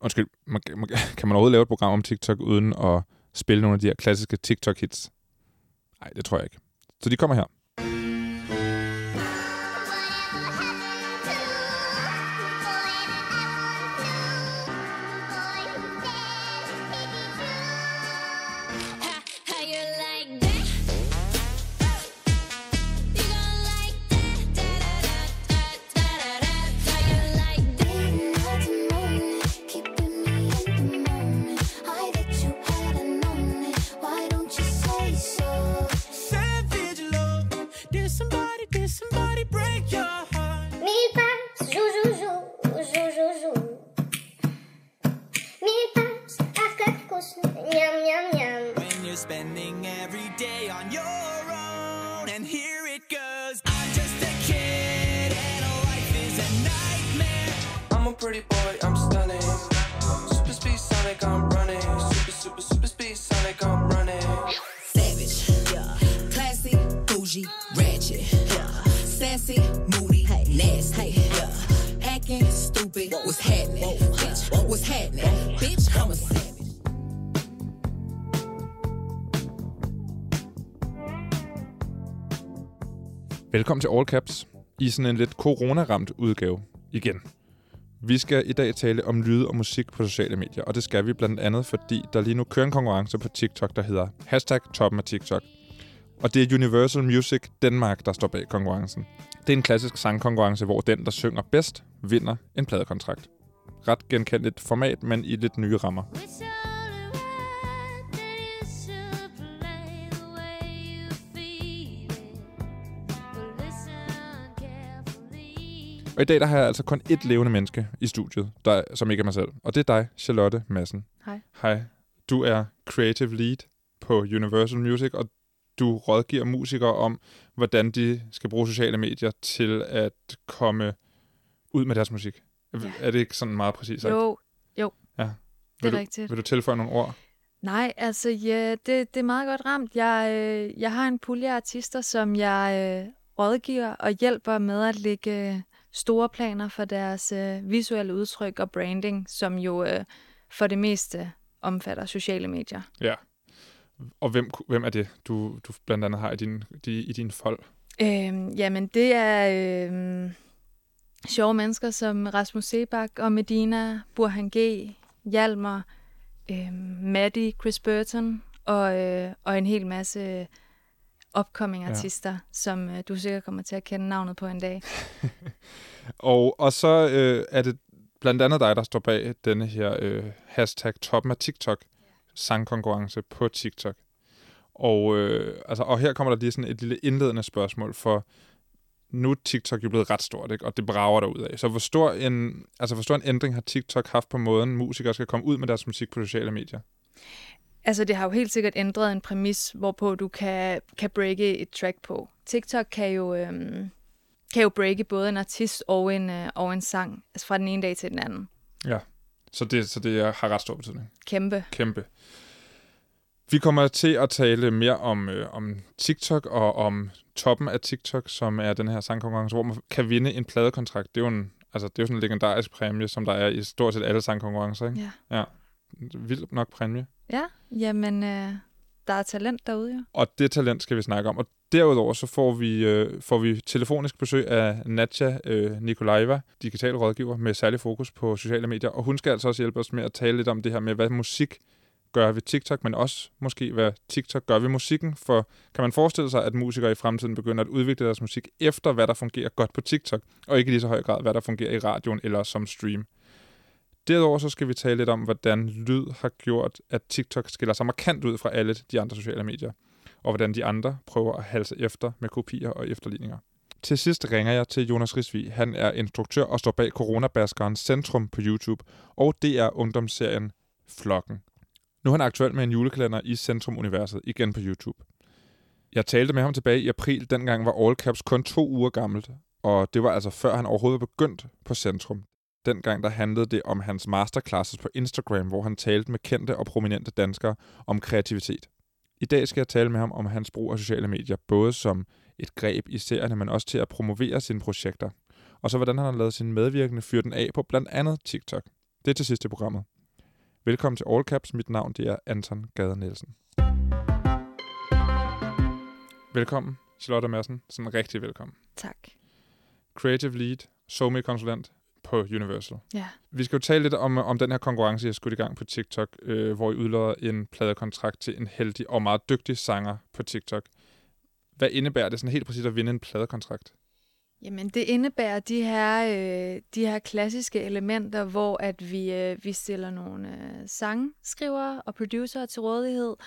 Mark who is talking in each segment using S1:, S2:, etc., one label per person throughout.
S1: Undskyld, kan man overhovedet lave et program om TikTok uden at spille nogle af de her klassiske TikTok-hits? Nej, det tror jeg ikke. Så de kommer her.
S2: Spending every day on your own, and here it goes. I'm just a kid, and life is a nightmare.
S3: I'm a pretty boy, I'm stunning. Super speed Sonic, I'm running. Super speed Sonic, I'm running.
S2: Savage, yeah. Classy, bougie, ratchet, yeah. Sassy, moody, nasty, yeah. Acting stupid, what's happening? Bitch, what's happening? Bitch, I'm a savage.
S1: Velkommen til All Caps i sådan en lidt corona-ramt udgave igen. Vi skal i dag tale om lyd og musik på sociale medier, og det skal vi blandt andet, fordi der lige nu kører en konkurrence på TikTok, der hedder #toppen af TikTok. Og det er Universal Music Denmark, der står bag konkurrencen. Det er en klassisk sangkonkurrence, hvor den, der synger bedst, vinder en pladekontrakt. Ret genkendeligt format, men i lidt nye rammer. Og i dag der har jeg altså kun ét levende menneske i studiet, som ikke er mig selv. Og det er dig, Charlotte Madsen.
S4: Hej.
S1: Hej. Du er creative lead på Universal Music, og du rådgiver musikere om, hvordan de skal bruge sociale medier til at komme ud med deres musik. Ja. Er det ikke sådan meget præcis sagt?
S4: Jo.
S1: Ja.
S4: Det er rigtigt.
S1: Vil du tilføje nogle ord?
S4: Nej, altså ja, det er meget godt ramt. Jeg har en pulje af artister, som jeg rådgiver og hjælper med at lægge store planer for deres visuelle udtryk og branding, som jo for det meste omfatter sociale medier.
S1: Ja. Og hvem er det, du blandt andet har i din fold?
S4: Jamen, det er sjove mennesker som Rasmus Sebak og Medina, Burhan G, Hjalmar, Maddie, Chris Burton og en hel masse upcoming artister, som du sikkert kommer til at kende navnet på en dag.
S1: og så er det blandt andet dig, der står bag denne her #toppen af TikTok sangkonkurrence på TikTok. Og her kommer der lige sådan et lille indledende spørgsmål, for nu er TikTok jo blevet ret stort, ikke? Og det brager derudad. Så hvor stor en ændring har TikTok haft på måden, musikere skal komme ud med deres musik på sociale medier?
S4: Altså, det har jo helt sikkert ændret en præmis, hvorpå du kan breake et track på. TikTok kan jo breake både en artist og en sang, altså fra den ene dag til den anden.
S1: Ja, så det har ret stor betydning.
S4: Kæmpe.
S1: Vi kommer til at tale mere om TikTok og om toppen af TikTok, som er den her sangkonkurrence, hvor man kan vinde en pladekontrakt. Det er jo sådan en legendarisk præmie, som der er i stort set alle sangkonkurrencer, ikke?
S4: Ja.
S1: Vildt nok præmie.
S4: Ja, jamen, der er talent derude, jo.
S1: Og det talent skal vi snakke om. Og derudover så får vi telefonisk besøg af Nadja Nikolajeva, digital rådgiver med særlig fokus på sociale medier. Og hun skal altså også hjælpe os med at tale lidt om det her med, hvad musik gør ved TikTok, men også måske, hvad TikTok gør ved musikken. For kan man forestille sig, at musikere i fremtiden begynder at udvikle deres musik efter, hvad der fungerer godt på TikTok, og ikke i lige så høj grad, hvad der fungerer i radioen eller som stream. Derudover så skal vi tale lidt om, hvordan lyd har gjort, at TikTok skiller sig markant ud fra alle de andre sociale medier, og hvordan de andre prøver at halse efter med kopier og efterligninger. Til sidst ringer jeg til Jonas Risvig. Han er instruktør og står bag coronabaskeren Centrum på YouTube, og det er ungdomsserien Flokken. Nu er han aktuel med en julekalender i Centrum-universet, igen på YouTube. Jeg talte med ham tilbage i april, dengang var All Caps kun 2 uger gammelt, og det var altså før han overhovedet var begyndt på Centrum. Dengang der handlede det om hans masterclasses på Instagram, hvor han talte med kendte og prominente danskere om kreativitet. I dag skal jeg tale med ham om hans brug af sociale medier, både som et greb i serierne, men også til at promovere sine projekter. Og så hvordan han har lavet sin medvirkende fyre den af på blandt andet TikTok. Det er til sidst i programmet. Velkommen til All Caps. Mit navn det er Anton Gade Nielsen. Velkommen, Charlotte Madsen. Sådan rigtig velkommen.
S4: Tak.
S1: Creative Lead, SoMe-konsulent på Universal.
S4: Ja.
S1: Vi skal jo tale lidt om den her konkurrence, jeg skulle i gang på TikTok, hvor I udlodder en pladekontrakt til en heldig og meget dygtig sanger på TikTok. Hvad indebærer det sådan helt præcis at vinde en pladekontrakt?
S4: Jamen, det indebærer de her klassiske elementer, hvor at vi stiller nogle sangskrivere og producer til rådighed,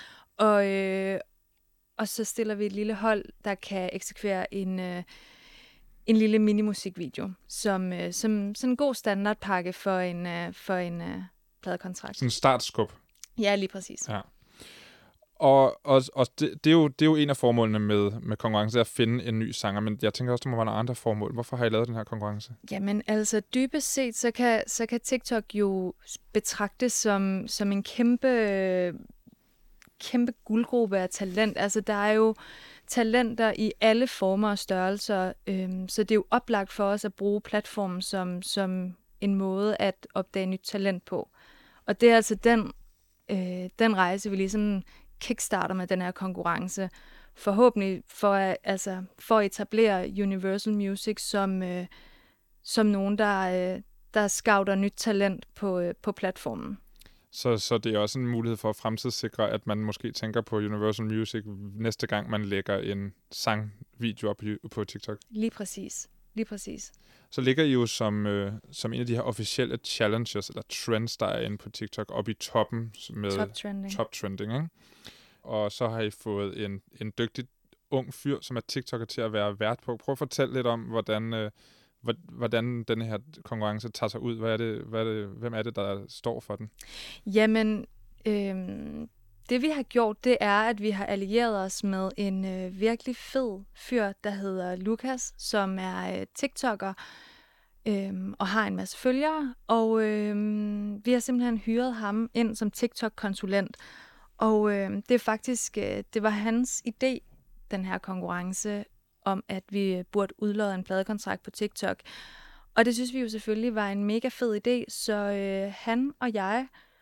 S4: og så stiller vi et lille hold, der kan eksekvere en lille minimusikvideo, som sådan en god standardpakke for en pladekontrakt.
S1: Sådan en startskub.
S4: Ja, lige præcis.
S1: Ja. Og det er jo en af formålene med konkurrence, at finde en ny sanger, men jeg tænker også, der må være nogle andre formål. Hvorfor har I lavet den her konkurrence?
S4: Jamen altså, dybest set, så kan TikTok jo betragtes som en kæmpe guldgruppe af talent. Altså, der er jo talenter i alle former og størrelser, så det er jo oplagt for os at bruge platformen som en måde at opdage nyt talent på. Og det er altså den rejse, vi ligesom kickstarter med den her konkurrence. Forhåbentlig for at etablere Universal Music som nogen, der scouter nyt talent på platformen.
S1: Så det er også en mulighed for at fremtidssikre, at man måske tænker på Universal Music næste gang, man lægger en sangvideo op på TikTok.
S4: Lige præcis.
S1: Så ligger I jo som en af de her officielle challenges, eller trends, der er inde på TikTok, op i toppen med top trending, ikke? Og så har I fået en dygtig ung fyr, som er TikToker til at være vært på. Prøv at fortælle lidt om, hvordan den her konkurrence tager sig ud. Hvem er det, der står for den?
S4: Jamen, det vi har gjort, det er, at vi har allieret os med en virkelig fed fyr, der hedder Lukas, som er TikToker og har en masse følgere. Og vi har simpelthen hyret ham ind som TikTok-konsulent. Og det er faktisk, det var hans idé, den her konkurrence, om at vi burde udlodde en pladekontrakt på TikTok. Og det synes vi jo selvfølgelig var en mega fed idé, så han og jeg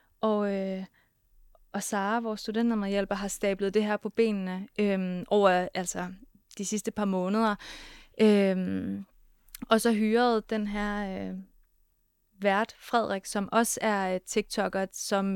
S4: og Sara, vores studentermedhjælper, har stablet det her på benene over altså de sidste par måneder. Og så hyrede den her vært, Frederik, som også er TikToker,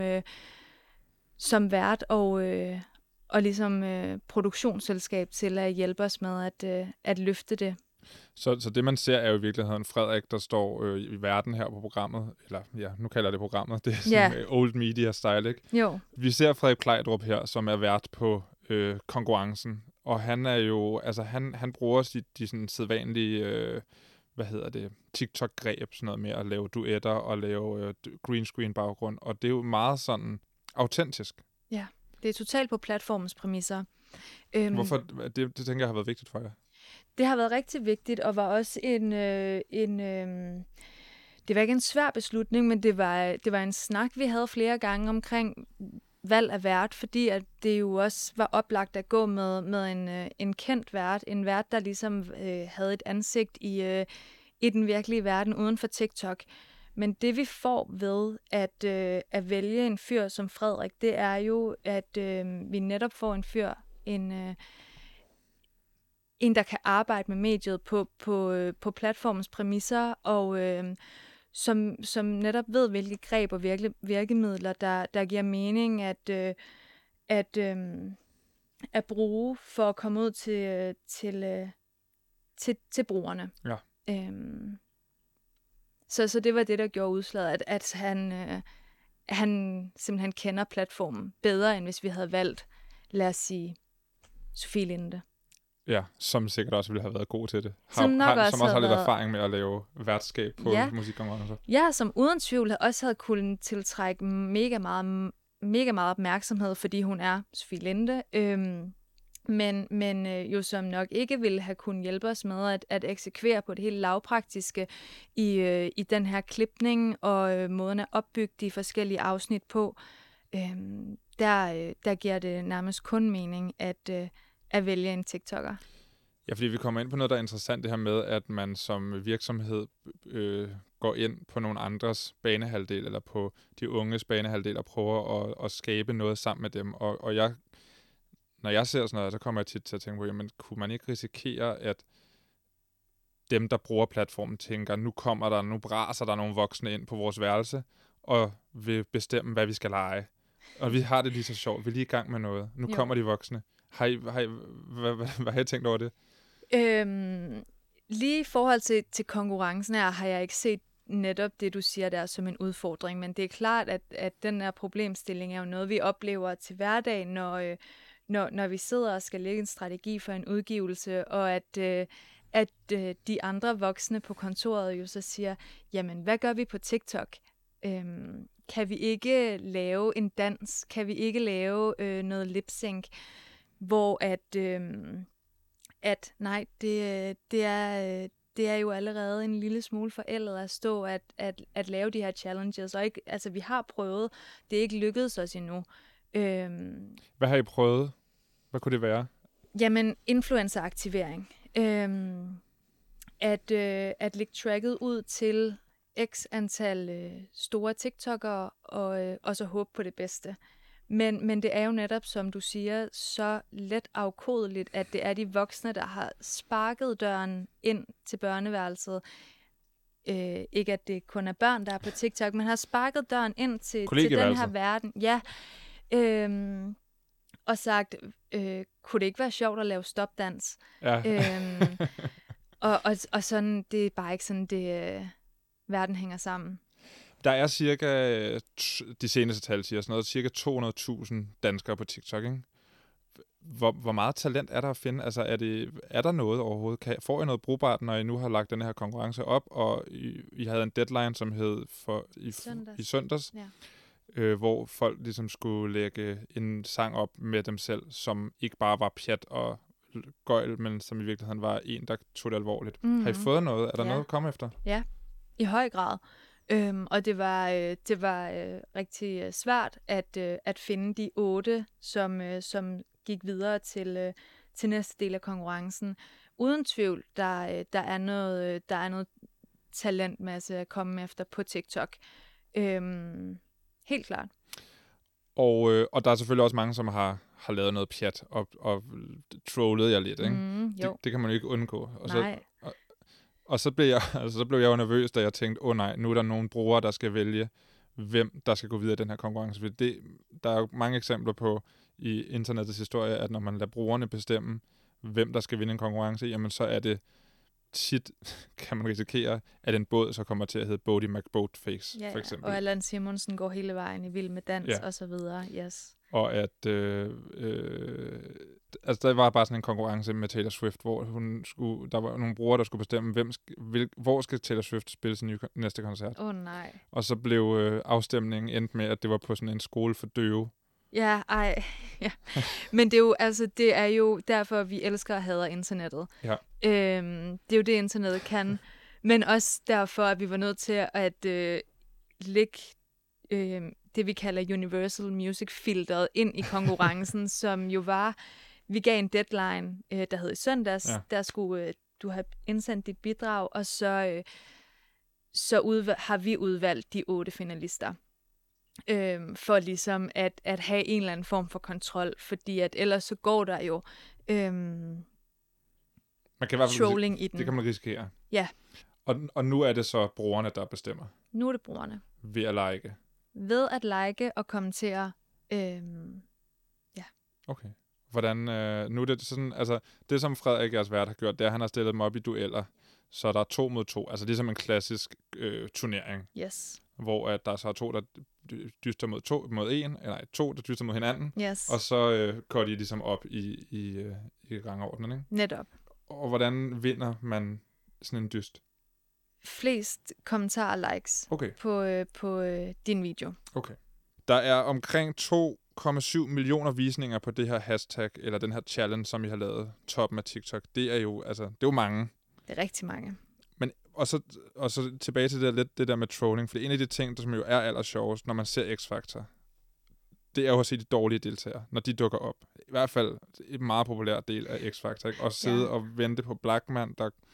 S4: som vært og ligesom produktionsselskab til at hjælpe os med at løfte det.
S1: Så det, man ser, er jo i virkeligheden Frederik, der står i verden her på programmet. Eller ja, nu kalder jeg det programmet. Det er sådan old media style, ikke?
S4: Jo.
S1: Vi ser Frederik Plejdrup her, som er vært på konkurrencen. Og han er jo, altså han bruger de sådan sædvanlige, TikTok-greb, sådan noget med at lave duetter og lave green screen baggrund. Og det er jo meget sådan autentisk.
S4: Ja, det er totalt på platformens præmisser.
S1: Hvorfor? Det tænker jeg har været vigtigt for jer.
S4: Det har været rigtig vigtigt, og var også det var ikke en svær beslutning, men det var en snak, vi havde flere gange omkring valg af vært, fordi at det jo også var oplagt at gå med en kendt vært, en vært, der ligesom havde et ansigt i den virkelige verden uden for TikTok. Men det vi får ved at vælge en fyr som Frederik, det er jo, at vi netop får en fyr, en, der kan arbejde med mediet på platformens præmisser, og som netop ved, hvilke greb og virkemidler, der giver mening at bruge for at komme ud til brugerne.
S1: Ja.
S4: Så det var det, der gjorde udslaget, at han simpelthen kender platformen bedre, end hvis vi havde valgt, lad os sige, Sofie Linde.
S1: Ja, som sikkert også ville have været god til det.
S4: Som også
S1: har lidt erfaring med at lave værtskab på musikkonkurrencer.
S4: Ja, som uden tvivl også havde kunnet tiltrække mega meget opmærksomhed, fordi hun er Sofie Linde. Men jo som nok ikke ville have kunnet hjælpe os med at eksekvere på det hele lavpraktiske i den her klipning og måden at opbygge de forskellige afsnit på. Der giver det nærmest kun mening at vælge en TikToker.
S1: Ja, fordi vi kommer ind på noget, der er interessant, det her med, at man som virksomhed går ind på nogle andres banehalvdel, eller på de unges banehalvdel, og prøver at skabe noget sammen med dem. Og når jeg ser sådan noget, så kommer jeg tit til at tænke på, jamen, kunne man ikke risikere, at dem, der bruger platformen, tænker, nu braser der nogle voksne ind på vores værelse, og vil bestemme, hvad vi skal lege. Og vi har det lige så sjovt. Vi er lige i gang med noget. Nu kommer de voksne. Hvad har I tænkt over det?
S4: Lige i forhold til konkurrencen her, har jeg ikke set netop det, du siger der, som en udfordring. Men det er klart, at den her problemstilling er jo noget, vi oplever til hverdag, når vi sidder og skal lægge en strategi for en udgivelse, og at de andre voksne på kontoret jo så siger, jamen, hvad gør vi på TikTok? Kan vi ikke lave en dans? Kan vi ikke lave noget lip-sync? Hvor at nej, det er jo allerede en lille smule forældet at stå at lave de her challenges. Og ikke, altså, vi har prøvet. Det er ikke lykkedes os endnu.
S1: Hvad har I prøvet? Hvad kunne det være?
S4: Jamen, influenceraktivering. At lægge tracket ud til x antal store TikTokere, og så håbe på det bedste. Men det er jo netop, som du siger, så let afkodeligt, at det er de voksne, der har sparket døren ind til børneværelset. Ikke at det kun er børn, der er på TikTok, men har sparket døren ind til den her verden. Ja. Og sagt, kunne det ikke være sjovt at lave stopdans? Ja. Og sådan, det er bare ikke sådan, verden hænger sammen.
S1: Der er cirka, de seneste tal siger sådan noget, cirka 200.000 danskere på TikTok, ikke? Hvor meget talent er der at finde? Altså, er der noget overhovedet? Får I noget brugbart, når I nu har lagt den her konkurrence op, og I havde en deadline, som hed i søndags, ja. Hvor folk ligesom skulle lægge en sang op med dem selv, som ikke bare var pjat og gøjl, men som i virkeligheden var en, der tog det alvorligt. Mm-hmm. Har I fået noget? Er der noget at komme efter?
S4: Ja, i høj grad. Og det var rigtig svært at finde de 8, som gik videre til næste del af konkurrencen. Uden tvivl, der er noget talentmasse at komme efter på TikTok. Helt klart.
S1: Og der er selvfølgelig også mange, som har lavet noget pjat og trollet jer lidt, ikke? Det kan man jo ikke undgå. Og så blev jeg jo nervøs, da jeg tænkte, nej, nu er der nogle brugere, der skal vælge, hvem der skal gå videre i den her konkurrence. Der er jo mange eksempler på i internettets historie, at når man lader brugerne bestemme, hvem der skal vinde en konkurrence, jamen så er det tit, kan man risikere, at en båd så kommer til at hedde Bodie McBoatface, for eksempel.
S4: Og Allan Simonsen går hele vejen i Vild med Dans, og så videre, yes.
S1: Og at der var bare sådan en konkurrence med Taylor Swift, hvor der var nogle brugere, der skulle bestemme, hvor skal Taylor Swift spille sin næste koncert.
S4: Nej.
S1: Og så blev afstemningen endt med, at det var på sådan en skole for døve.
S4: Ja, ja. Men det er jo derfor, vi elsker og hader internettet. Ja. Det er jo det, internettet kan. Men også derfor, at vi var nødt til at lægge det, vi kalder Universal Music filteret ind i konkurrencen, som jo var, vi gav en deadline, der hed i søndags. Ja. Der skulle du have indsendt dit bidrag, og så har vi udvalgt de 8 finalister. For ligesom at have en eller anden form for kontrol, fordi at ellers så går der jo
S1: man kan i hvert fald
S4: trolling i den.
S1: Det kan man risikere.
S4: Ja.
S1: Og nu er det så brugerne, der bestemmer?
S4: Nu er det brugerne.
S1: Ved at like?
S4: Ved at like og kommentere. Ja.
S1: Okay. Hvordan, nu er det sådan, altså det som Frederik, jeres vært, har gjort, det er, at han har stillet dem op i dueller, så der er 2 mod 2, altså ligesom en klassisk turnering.
S4: Yes.
S1: Hvor at der så er 2, der dyster mod 1, eller 2, der dyster mod hinanden,
S4: yes.
S1: Og så går de ligesom op i rangordnen, ikke?
S4: Netop.
S1: Og hvordan vinder man sådan en dyst?
S4: Flest kommentarer og likes på din video. Okay.
S1: Der er omkring 2,7 millioner visninger på det her hashtag, eller den her challenge, som I har lavet, toppen af TikTok. Det er jo mange.
S4: Det er rigtig mange.
S1: Men og så tilbage til det der med trolling, for en af de ting, som jo er allersjovest, når man ser X-Factor, det er jo at se de dårlige deltagere, når de dukker op. I hvert fald en meget populær del af X-Factor, ikke? Og sidde og vente på Blackman, der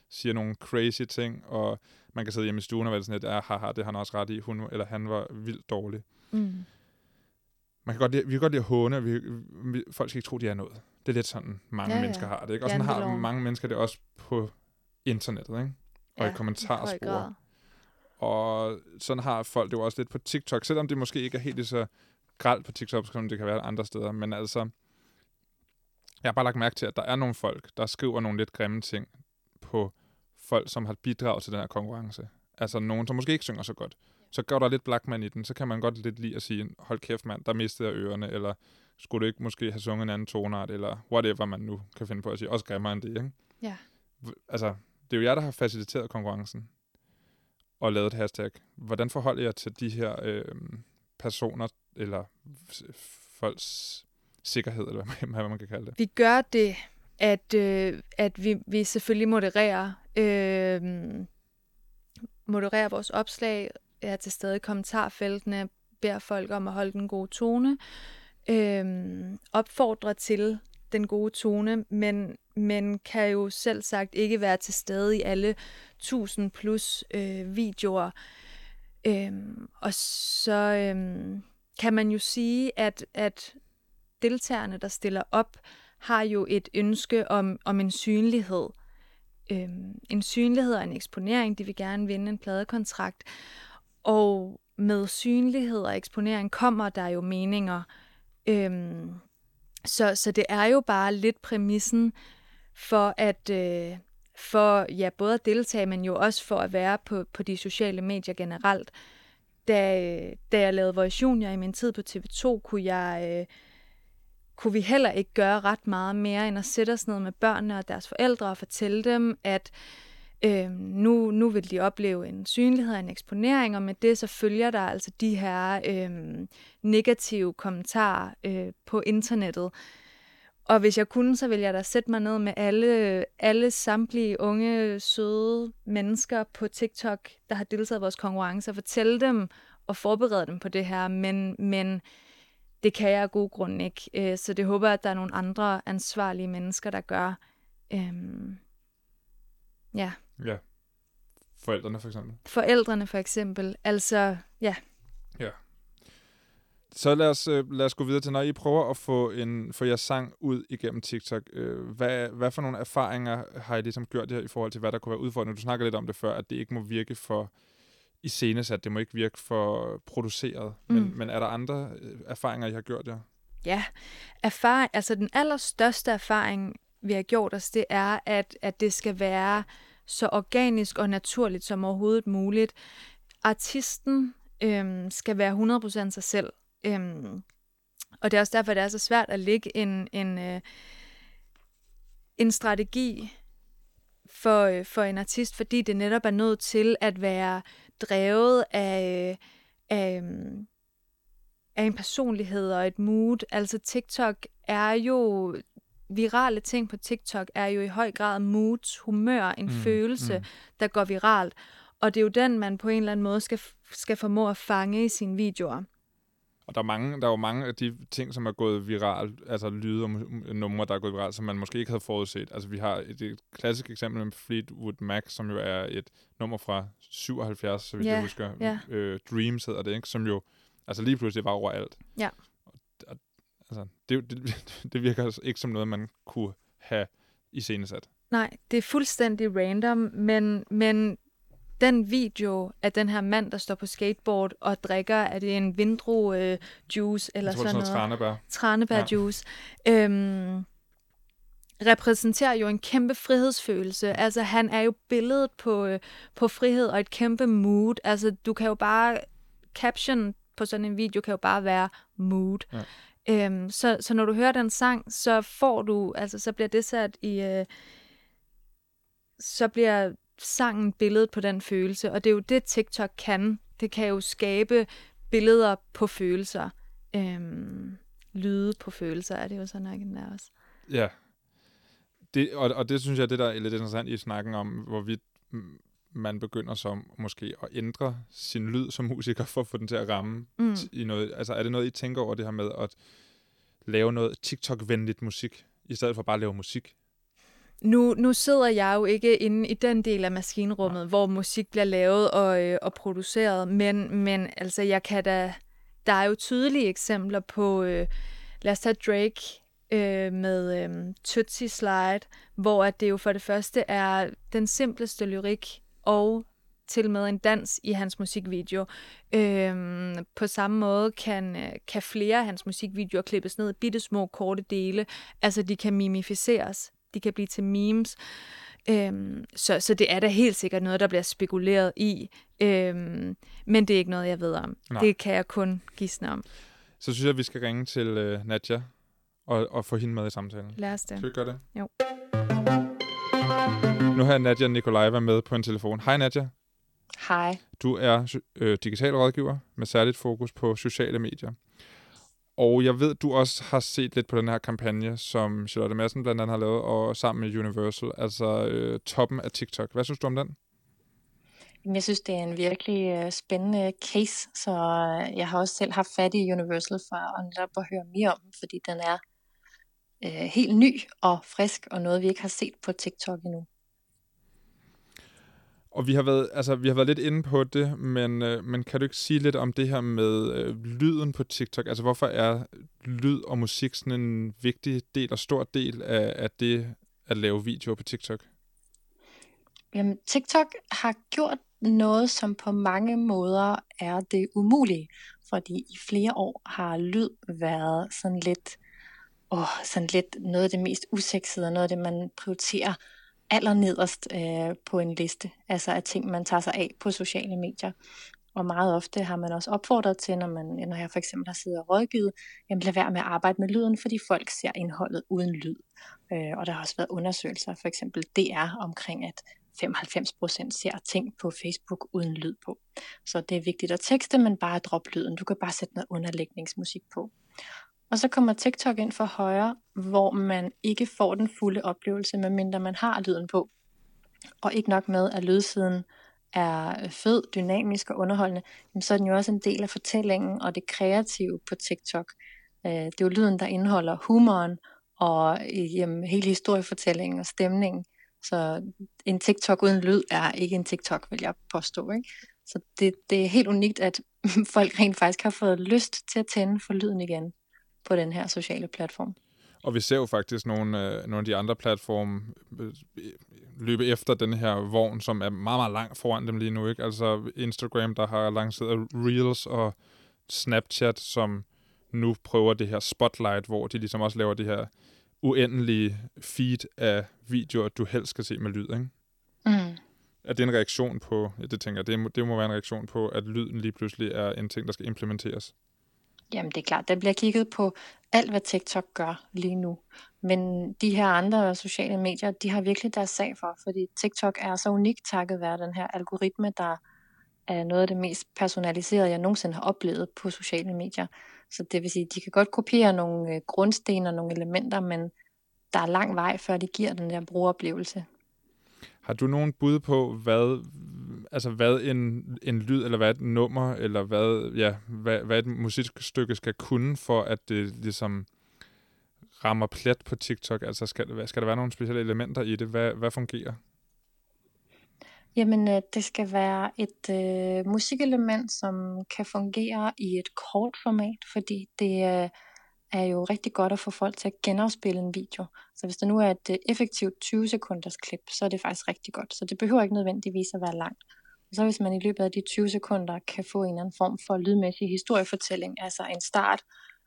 S1: siger nogle crazy ting, og man kan sidde hjemme i stuen og være sådan lidt, haha, det har han også ret i, hun eller han var vildt dårlig. Vi kan godt lide at håne, og folk skal ikke tro, de er noget. Det er lidt sådan, mange mennesker har det, ikke? Og sådan har mange mennesker det også på internettet, ikke? Og i kommentarspor. Og sådan har folk det jo også lidt på TikTok, selvom det måske ikke er helt så grelt på TikTok, som det kan være andre steder. Men altså, jeg har bare lagt mærke til, at der er nogle folk, der skriver nogle lidt grimme ting på folk, som har bidraget til den her konkurrence. Altså nogen, som måske ikke synger så godt. Så går der lidt Blackman i den, så kan man godt lidt lide at sige, hold kæft mand, der mistede jeg ørerne, eller skulle du ikke måske have sunget en anden tonart, eller whatever man nu kan finde på at sige. Også grimmere end det, ikke?
S4: Ja.
S1: Altså, det er jo jer, der har faciliteret konkurrencen og lavet et hashtag. Hvordan forholder jeg til de her personer, eller folks sikkerhed, eller hvad man kan kalde det?
S4: Vi gør det, at vi selvfølgelig modererer vores opslag, er til stede i kommentarfeltene, beder folk om at holde den gode tone, opfordrer til den gode tone, men kan jo selv sagt ikke være til stede i alle 1000 plus videoer. Og så kan man jo sige, at deltagerne, der stiller op, har jo et ønske om en synlighed. En synlighed og en eksponering. De vil gerne vinde en pladekontrakt. Og med synlighed og eksponering kommer der jo meninger. Så det er jo bare lidt præmissen for både at deltage, men jo også for at være på de sociale medier generelt. Da jeg lavede Voice Junior i min tid på TV2, kunne vi heller ikke gøre ret meget mere, end at sætte os ned med børnene og deres forældre og fortælle dem, at nu vil de opleve en synlighed og en eksponering, og med det så følger der altså de her negative kommentarer på internettet. Og hvis jeg kunne, så ville jeg da sætte mig ned med alle samtlige unge, søde mennesker på TikTok, der har deltaget i vores konkurrence, og fortælle dem og forberede dem på det her, men det kan jeg af god grund ikke. Så det håber jeg, at der er nogle andre ansvarlige mennesker, der gør. Ja.
S1: Ja. Forældrene for eksempel.
S4: Forældrene for eksempel. Altså, ja.
S1: Ja. Så lad os gå videre til, når I prøver at få jeres sang ud igennem TikTok. Hvad for nogle erfaringer har I ligesom gjort her i forhold til, hvad der kunne være udfordrende? Du snakker lidt om det før, at det ikke må virke for iscenesat, det må ikke virke for produceret. Men er der andre erfaringer, I har gjort jer?
S4: Ja, altså den allerstørste erfaring, vi har gjort os, det er, at det skal være så organisk og naturligt som overhovedet muligt. Artisten skal være 100% sig selv. Og det er også derfor, det er så svært at lægge en strategi for en artist, fordi det netop er nødt til at være drevet af en personlighed og et mood. Altså TikTok er jo, virale ting på TikTok er jo i høj grad moods, humør, en følelse, der går viralt. Og det er jo den, man på en eller anden måde skal formå at fange i sine videoer.
S1: Og der er jo mange af de ting, som er gået viralt, altså lyde og numre, der er gået viralt, som man måske ikke havde forudset. Altså vi har et klassisk eksempel med Fleetwood Mac, som jo er et nummer fra 77, så vidt jeg husker. Dreams hedder det, ikke? Som jo altså lige pludselig var overalt. Ja. Altså, det virker altså ikke som noget, man kunne have iscenesat.
S4: Nej, det er fuldstændig random, men den video af den her mand, der står på skateboard og drikker, er det en vindru juice eller sådan noget? Tranebær-juice. Repræsenterer jo en kæmpe frihedsfølelse. Altså, han er jo billedet på frihed og et kæmpe mood. Altså, du kan jo bare caption på sådan en video kan jo bare være mood. Ja. Så når du hører den sang, så får du, altså så bliver det sat i, så bliver sangen billedet på den følelse, og det er jo det, TikTok kan. Det kan jo skabe billeder på følelser. Lyde på følelser er det jo sådan nok den der også.
S1: Ja. Og det synes jeg, det der er lidt interessant i snakken om, hvorvidt man begynder som måske at ændre sin lyd som musiker for at få den til at ramme i noget. Altså er det noget, I tænker over det her med at lave noget TikTok-venligt musik, i stedet for bare at lave musik?
S4: Nu sidder jeg jo ikke inde i den del af maskinrummet, hvor musik bliver lavet og produceret, men altså der er jo tydelige eksempler på, lad os tage Drake med Tootsie Slide, hvor at det jo for det første er den simpleste lyrik og til med en dans i hans musikvideo. På samme måde kan flere af hans musikvideoer klippes ned i bittesmå korte dele. Altså de kan mimificeres. De kan blive til memes. Så det er da helt sikkert noget, der bliver spekuleret i. Men det er ikke noget, jeg ved om. Nej. Det kan jeg kun gisne om.
S1: Så synes jeg, at vi skal ringe til Nadia og få hende med i samtalen.
S4: Lad os det.
S1: Skal vi gøre det?
S4: Jo.
S1: Nu har Nadia Nikolajeva med på en telefon. Hej Nadia.
S5: Hej.
S1: Du er digital rådgiver med særligt fokus på sociale medier. Og jeg ved, du også har set lidt på den her kampagne, som Charlotte Madsen blandt andet har lavet, og sammen med Universal, altså toppen af TikTok. Hvad synes du om den?
S5: Jeg synes, det er en virkelig spændende case, så jeg har også selv haft fat i Universal for at høre mere om den, fordi den er helt ny og frisk, og noget, vi ikke har set på TikTok endnu.
S1: Og vi har været lidt inde på det, men kan du ikke sige lidt om det her med lyden på TikTok? Altså hvorfor er lyd og musik sådan en vigtig del og stor del af det at lave videoer på TikTok?
S5: Jamen, TikTok har gjort noget, som på mange måder er det umulige, fordi i flere år har lyd været sådan lidt noget af det mest usexede, og noget af det, man prioriterer allernederst på en liste, altså af ting, man tager sig af på sociale medier. Og meget ofte har man også opfordret til, når jeg for eksempel har siddet og rådgivet, jamen lad være med at arbejde med lyden, fordi folk ser indholdet uden lyd. Og der har også været undersøgelser, for eksempel DR, omkring at 95% ser ting på Facebook uden lyd på. Så det er vigtigt at tekste, men bare droppe lyden. Du kan bare sætte noget underlægningsmusik på. Og så kommer TikTok ind for højre, hvor man ikke får den fulde oplevelse, medmindre man har lyden på. Og ikke nok med, at lydsiden er fed, dynamisk og underholdende, så er den jo også en del af fortællingen og det kreative på TikTok. Det er jo lyden, der indeholder humoren og hele historiefortællingen og stemningen. Så en TikTok uden lyd er ikke en TikTok, vil jeg påstå. Ikke? Så det er helt unikt, at folk rent faktisk har fået lyst til at tænde for lyden igen på den her sociale platform. Og
S1: vi ser jo faktisk nogle af de andre platforme løbe efter den her vogn, som er meget, meget langt foran dem lige nu. Ikke? Altså Instagram, der har lanceret Reels, og Snapchat, som nu prøver det her Spotlight, hvor de ligesom også laver det her uendelige feed af videoer, du helst skal se med lyd. Ikke? Mm. Er det en reaktion på, det tænker jeg, det må være en reaktion på, at lyden lige pludselig er en ting, der skal implementeres?
S5: Jamen det er klart, der bliver kigget på alt, hvad TikTok gør lige nu. Men de her andre sociale medier, de har virkelig deres sag for, fordi TikTok er så unikt takket være den her algoritme, der er noget af det mest personaliserede, jeg nogensinde har oplevet på sociale medier. Så det vil sige, de kan godt kopiere nogle grundsten og nogle elementer, men der er lang vej, før de giver den der brugeroplevelse.
S1: Har du nogen bud på, hvad en lyd, eller hvad et nummer, eller hvad et musikstykke skal kunne, for at det ligesom rammer plet på TikTok? Altså skal der være nogle specielle elementer i det? Hvad fungerer?
S5: Jamen, det skal være et musikelement, som kan fungere i et kort format, fordi det er jo rigtig godt at få folk til at genafspille en video. Så hvis der nu er et effektivt 20 sekunders klip, så er det faktisk rigtig godt. Så det behøver ikke nødvendigvis at være langt. Og så hvis man i løbet af de 20 sekunder kan få en eller anden form for lydmæssig historiefortælling, altså en start,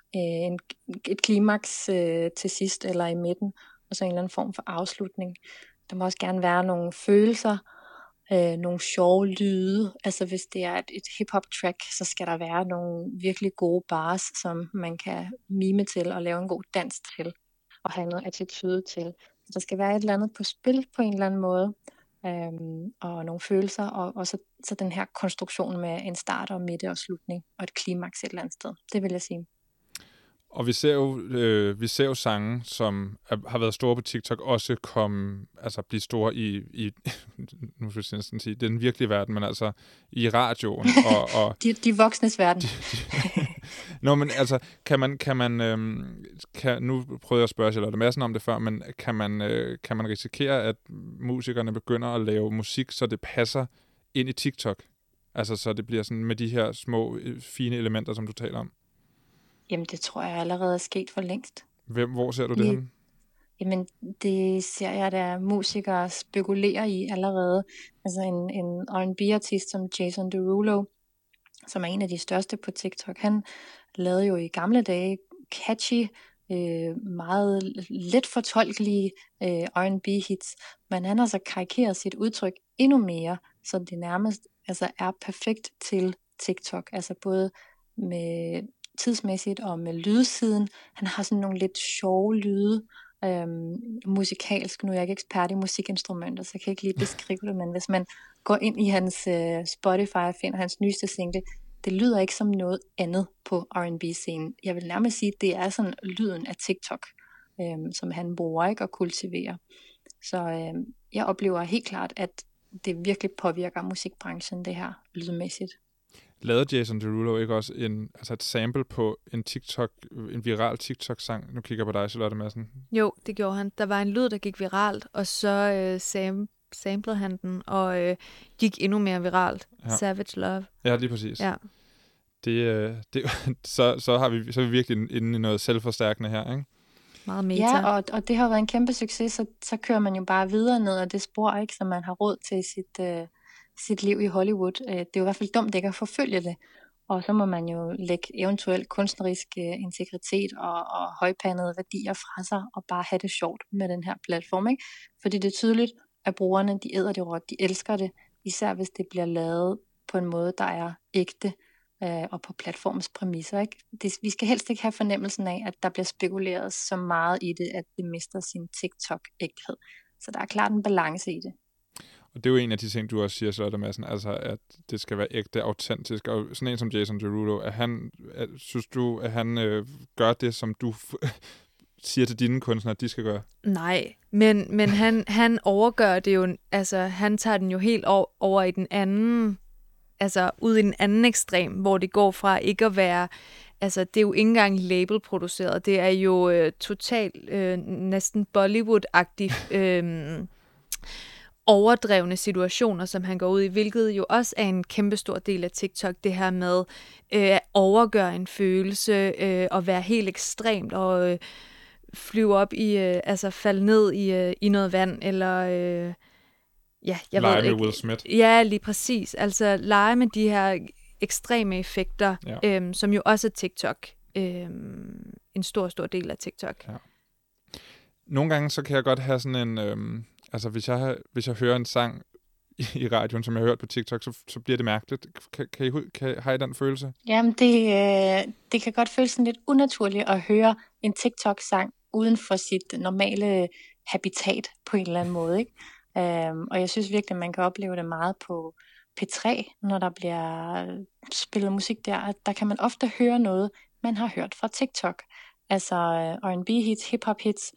S5: et klimaks til sidst eller i midten, og så en eller anden form for afslutning. Der må også gerne være nogle følelser, nogle sjove lyde. Altså hvis det er et hip-hop track, så skal der være nogle virkelig gode bars, som man kan mime til og lave en god dans til, og have noget attitude til. Så der skal være et eller andet på spil på en eller anden måde, og nogle følelser, og så den her konstruktion med en start og midte og slutning, og et klimaks et eller andet sted. Det vil jeg sige.
S1: Og vi ser jo sange, som har været store på TikTok, også blive store i nu skal jeg næsten sige, den virkelige verden, men altså i radioen. Og
S5: de voksnes verden.
S1: Nå, men altså, nu prøvede jeg at spørge Charlotte Madsen om det før, men kan man risikere, at musikerne begynder at lave musik, så det passer ind i TikTok? Altså, så det bliver sådan med de her små, fine elementer, som du taler om.
S5: Jamen, det tror jeg allerede er sket for længst.
S1: Hvor ser du det henne?
S5: Jamen, det ser jeg, der musikere spekulerer i allerede. Altså en R&B-artist som Jason Derulo, som er en af de største på TikTok, han lavede jo i gamle dage catchy, meget let fortolkelige R&B-hits, men han har så karikeret sit udtryk endnu mere, så det nærmest er perfekt til TikTok, altså både med tidsmæssigt og med lydsiden. Han har sådan nogle lidt sjove lyde, musikalsk. Nu er jeg ikke ekspert i musikinstrumenter, så jeg kan ikke lige beskrive det, men hvis man går ind i hans Spotify og finder hans nyeste single, det lyder ikke som noget andet på R&B-scenen. Jeg vil nærmest sige, at det er sådan lyden af TikTok, som han bruger, ikke, og kultiverer. Så jeg oplever helt klart, at det virkelig påvirker musikbranchen, det her lydmæssigt.
S1: Lavede Jason Derulo ikke også et sample på en viral TikTok-sang? Nu kigger jeg på dig, Charlotte Madsen.
S4: Jo, det gjorde han. Der var en lyd, der gik viralt, og så samplede han den, og gik endnu mere viralt. Ja. Savage Love.
S1: Ja, lige præcis.
S4: Ja.
S1: Så er vi virkelig inde i noget selvforstærkende her, ikke?
S5: Meget meta. Ja, og det har været en kæmpe succes, så kører man jo bare videre ned ad det spor, ikke, så man har råd til sit liv i Hollywood. Det er jo i hvert fald dumt ikke at forfølge det. Og så må man jo lægge eventuelt kunstnerisk integritet og højpandede værdier fra sig, og bare have det sjovt med den her platform, ikke? Fordi det er tydeligt, at brugerne, de æder det råt, de elsker det, især hvis det bliver lavet på en måde, der er ægte, og på platformens præmisser, ikke? Vi skal helst ikke have fornemmelsen af, at der bliver spekuleret så meget i det, at det mister sin TikTok-ægthed. Så der er klart en balance i det.
S1: Og det er jo en af de ting, du også siger, Charlotte Madsen, altså at det skal være ægte, autentisk. Og sådan en som Jason Derulo, synes du, at han gør det, som du siger til dine kunstnere, at de skal gøre?
S4: Nej, men han overgør det jo, altså han tager den jo helt over i den anden, altså ud i den anden ekstrem, hvor det går fra ikke at være, altså det er jo ikke engang labelproduceret, det er jo totalt næsten Bollywood-agtigt overdrevne situationer, som han går ud i, hvilket jo også er en kæmpestor del af TikTok, det her med at overgøre en følelse, og være helt ekstremt, og flyve op i, falde ned i noget vand, eller jeg ved ikke.
S1: Med Will Smith.
S4: Ja, lige præcis. Altså lege med de her ekstreme effekter, ja. Som jo også er TikTok. En stor del af TikTok. Ja.
S1: Nogle gange så kan jeg godt have sådan en... hvis jeg hører en sang i radioen, som jeg har hørt på TikTok, så bliver det mærkeligt. Har I den følelse?
S5: Jamen, det kan godt føles sådan lidt unaturligt at høre en TikTok-sang uden for sit normale habitat på en eller anden måde, ikke? Og jeg synes virkelig, at man kan opleve det meget på P3, når der bliver spillet musik der kan man ofte høre noget, man har hørt fra TikTok. Altså R&B-hits, hip-hop-hits,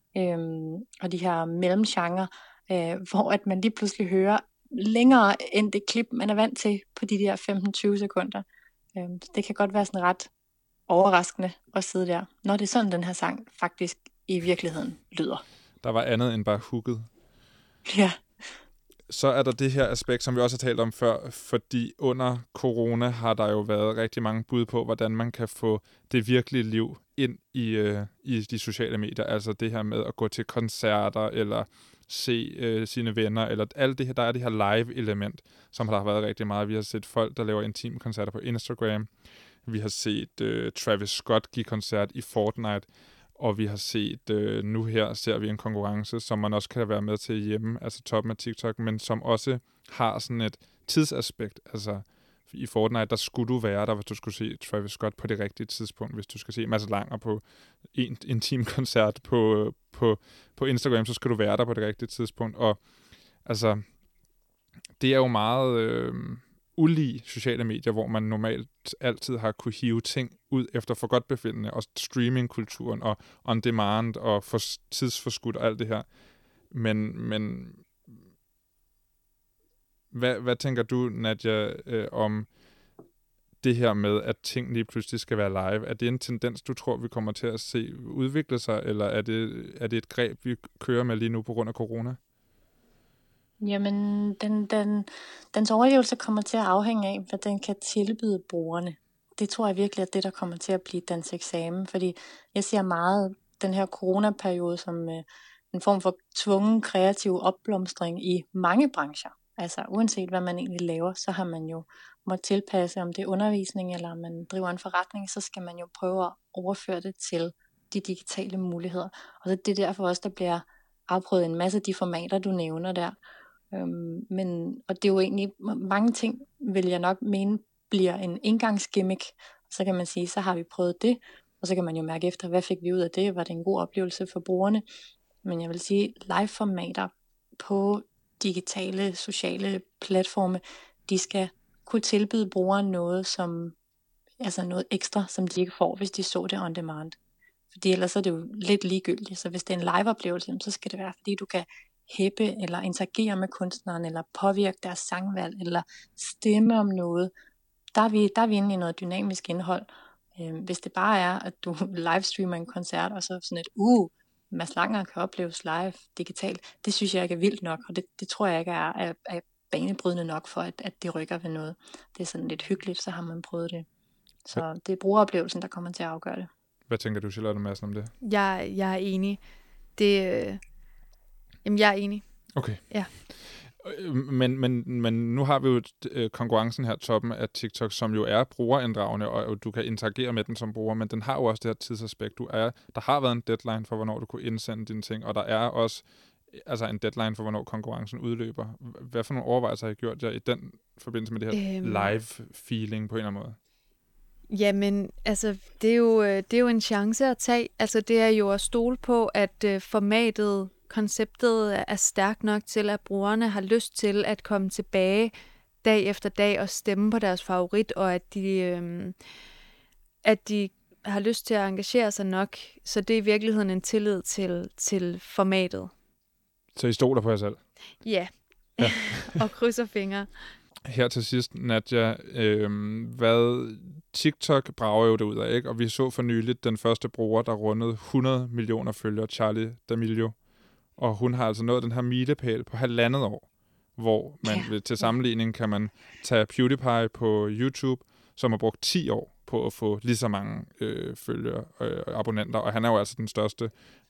S5: og de her mellemgenre, hvor at man lige pludselig hører længere end det klip, man er vant til på de der 15-20 sekunder. Det kan godt være sådan ret overraskende at sidde der, når det er sådan, den her sang faktisk i virkeligheden lyder.
S1: Der var andet end bare hooket.
S5: Ja.
S1: Så er der det her aspekt, som vi også har talt om før, fordi under corona har der jo været rigtig mange bud på, hvordan man kan få det virkelige liv ind i de sociale medier. Altså det her med at gå til koncerter, eller se sine venner, eller alt det her, der er det her live-element, som der har været rigtig meget. Vi har set folk, der laver intime koncerter på Instagram. Vi har set Travis Scott give koncert i Fortnite. Og vi har set, nu her ser vi en konkurrence, som man også kan være med til hjemme, altså toppen af TikTok, men som også har sådan et tidsaspekt. Altså i Fortnite, der skulle du være der, hvis du skulle se Travis Scott på det rigtige tidspunkt. Hvis du skal se Mads Langer på en intim koncert på Instagram, så skal du være der på det rigtige tidspunkt. Og altså, det er jo meget ulige sociale medier, hvor man normalt altid har kunne hive ting ud efter forgodtbefindende, og streamingkulturen, og on demand, og tidsforskudt og alt det her. Men hvad tænker du, Nadia, om det her med, at ting lige pludselig skal være live. Er det en tendens, du tror, vi kommer til at se udvikle sig, eller er det et greb, vi kører med lige nu på grund af corona?
S5: Jamen, dens overlevelse kommer til at afhænge af, hvad den kan tilbyde brugerne. Det tror jeg virkelig er det, der kommer til at blive dens eksamen, fordi jeg ser meget den her coronaperiode som en form for tvungen kreativ opblomstring i mange brancher. Altså uanset hvad man egentlig laver, så har man jo måttet tilpasse, om det er undervisning eller om man driver en forretning, så skal man jo prøve at overføre det til de digitale muligheder. Og så det er derfor også, der bliver afprøvet en masse af de formater, du nævner der. Og det er jo egentlig, mange ting vil jeg nok mene bliver en indgangsgimmick. Så kan man sige, så har vi prøvet det, og så kan man jo mærke efter, hvad fik vi ud af det? Var det en god oplevelse for brugerne? Men jeg vil sige, live-formater på digitale, sociale platforme, de skal kunne tilbyde brugeren noget, altså noget ekstra, som de ikke får, hvis de så det on demand. Fordi ellers er det jo lidt ligegyldigt. Så hvis det er en live-oplevelse, så skal det være, fordi du kan hæppe eller interagere med kunstneren, eller påvirke deres sangvalg, eller stemme om noget. Der er vi inde i noget dynamisk indhold. Hvis det bare er, at du livestreamer en koncert, og så sådan et, Mads Langer kan opleves live digitalt, det synes jeg ikke er vildt nok, og det tror jeg ikke er banebrydende nok for, at det rykker ved noget. Det er sådan lidt hyggeligt, så har man prøvet det. Så det er brugeroplevelsen, der kommer til at afgøre det.
S1: Hvad tænker du, Charlotte Madsen, om det?
S4: Jeg er enig. Jamen, jeg er enig.
S1: Okay.
S4: Ja.
S1: Men nu har vi jo konkurrencen her, toppen af TikTok, som jo er brugerinddragende, og du kan interagere med den som bruger, men den har jo også det her tidsaspekt. Der har været en deadline for, hvornår du kunne indsende dine ting, og der er også en deadline for, hvornår konkurrencen udløber. Hvad for nogle overvejelser har I gjort jer i den forbindelse med det her live-feeling på en eller anden måde?
S4: Jamen, altså, det er jo en chance at tage. Altså, det er jo at stole på, at formatet, konceptet er stærkt nok til, at brugerne har lyst til at komme tilbage dag efter dag og stemme på deres favorit, og at de har lyst til at engagere sig nok. Så det er i virkeligheden en tillid til formatet.
S1: Så I stoler på jer selv?
S4: Ja. Og krydser fingre.
S1: Her til sidst, Nadia, TikTok brager jo derud af, ikke? Og vi så for nyligt den første bruger, der rundede 100 millioner følgere, Charli D'Amelio. Og hun har altså nået den her milepæl på 1,5 år, hvor man til sammenligning kan man tage PewDiePie på YouTube, som har brugt 10 år på at få lige så mange følgere og abonnenter. Og han er jo altså den største,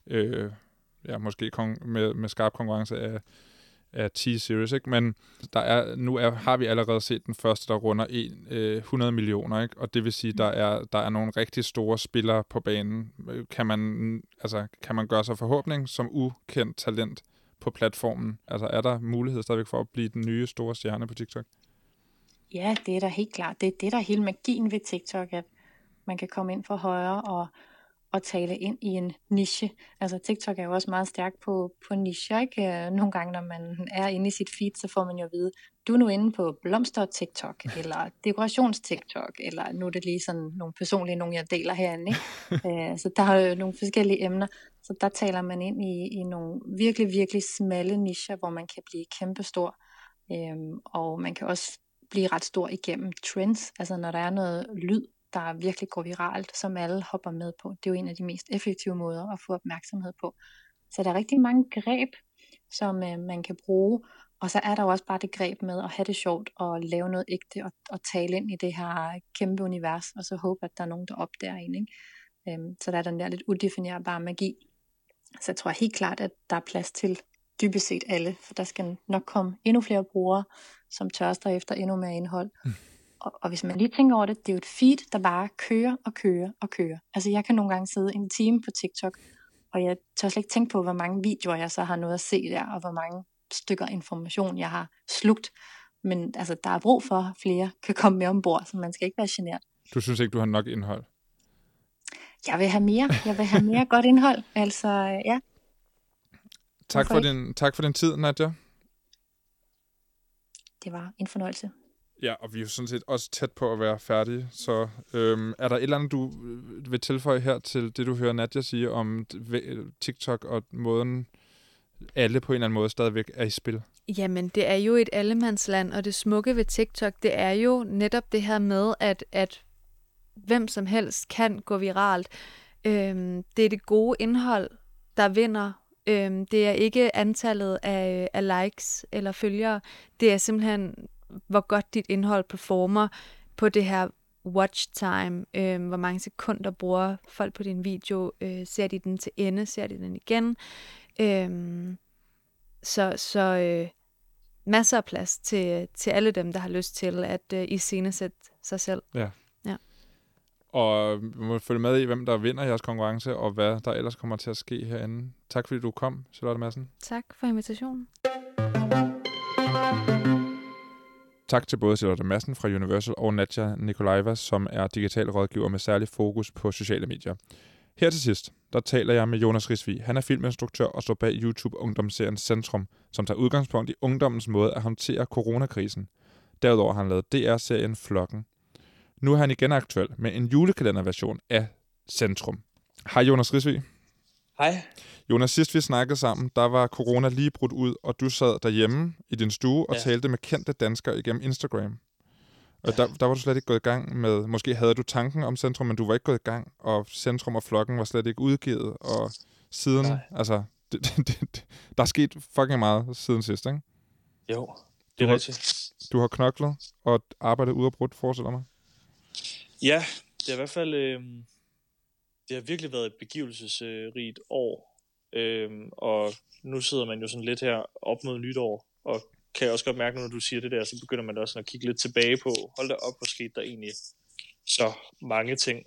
S1: måske med skarp konkurrence af T-Series, ikke? Men har vi allerede set den første, der runder 100 millioner, ikke? Og det vil sige, der er nogle rigtig store spillere på banen. Kan man gøre sig forhåbning som ukendt talent på platformen? Altså er der mulighed stadigvæk for at blive den nye store stjerne på TikTok?
S5: Ja, det er da helt klart. Det er det, der er hele magien ved TikTok, at man kan komme ind for højre og tale ind i en niche. Altså TikTok er jo også meget stærk på nicher, ikke? Nogle gange, når man er inde i sit feed, så får man jo at vide, du er nu inde på blomster-TikTok, eller dekorations-TikTok, eller nu er det lige sådan nogle personlige, nogle jeg deler herinde, ikke? Så der er jo nogle forskellige emner, så der taler man ind i nogle virkelig, virkelig smalle nicher, hvor man kan blive kæmpestor, og man kan også blive ret stor igennem trends, altså når der er noget lyd, der virkelig går viralt, som alle hopper med på. Det er jo en af de mest effektive måder at få opmærksomhed på. Så der er rigtig mange greb, som man kan bruge, og så er der jo også bare det greb med at have det sjovt og lave noget ægte og tale ind i det her kæmpe univers, og så håbe, at der er nogen, der opdager en, ikke? Så der er den der lidt udefinerbare magi. Så jeg tror helt klart, at der er plads til dybest set alle, for der skal nok komme endnu flere brugere, som tørster efter endnu mere indhold. Og hvis man lige tænker over det, det er jo et feed, der bare kører og kører og kører. Altså jeg kan nogle gange sidde en time på TikTok, og jeg tør slet ikke tænke på, hvor mange videoer jeg så har nået at se der, og hvor mange stykker information jeg har slugt. Men altså, der er brug for, at flere kan komme med ombord, så man skal ikke være genert.
S1: Du synes ikke, du har nok indhold?
S5: Jeg vil have mere. Jeg vil have mere godt indhold. Altså, ja.
S1: Tak for din tid, Nadia.
S5: Det var en fornøjelse.
S1: Ja, og vi er jo sådan set også tæt på at være færdige, så er der et eller andet, du vil tilføje her til det, du hører Nadia sige om TikTok og måden, alle på en eller anden måde stadigvæk er i spil?
S4: Jamen, det er jo et allemandsland, og det smukke ved TikTok, det er jo netop det her med, at hvem som helst kan gå viralt. Det er det gode indhold, der vinder. Det er ikke antallet af likes eller følgere. Det er simpelthen, hvor godt dit indhold performer på det her watch time. Hvor mange sekunder bruger folk på din video. Ser de den til ende? Ser de den igen? Så masser af plads til alle dem, der har lyst til at iscenesætte sig selv.
S1: Ja. Og vi må følge med i, hvem der vinder jeres konkurrence, og hvad der ellers kommer til at ske herinde. Tak fordi du kom, Charlotte Madsen.
S4: Tak for invitationen.
S1: Tak til både Charlotte Madsen fra Universal og Nadja Nikolajeva, som er digital rådgiver med særlig fokus på sociale medier. Her til sidst, der taler jeg med Jonas Risvig. Han er filminstruktør og står bag YouTube-ungdomsserien Centrum, som tager udgangspunkt i ungdommens måde at håndtere coronakrisen. Derudover har han lavet DR-serien Flokken. Nu er han igen aktuel med en julekalenderversion af Centrum. Hej Jonas Risvig.
S6: Hej.
S1: Jonas, sidst vi snakkede sammen, der var corona lige brudt ud, og du sad derhjemme i din stue og talte med kendte danskere igennem Instagram. Og der var du slet ikke gået i gang med, måske havde du tanken om Centrum, men du var ikke gået i gang, og Centrum og Flokken var slet ikke udgivet, og siden, altså, der er sket fucking meget siden sidst, ikke?
S6: Jo, det er rigtigt.
S1: Du har knoklet og arbejdet ud og brudt, forestiller mig.
S6: Ja, det har i hvert fald, det har virkelig været et begivelsesrigt år, og nu sidder man jo sådan lidt her op mod nytår, og kan jeg også godt mærke, når du siger det der, så begynder man også sådan at kigge lidt tilbage på, hold da op, hvor skete der egentlig så mange ting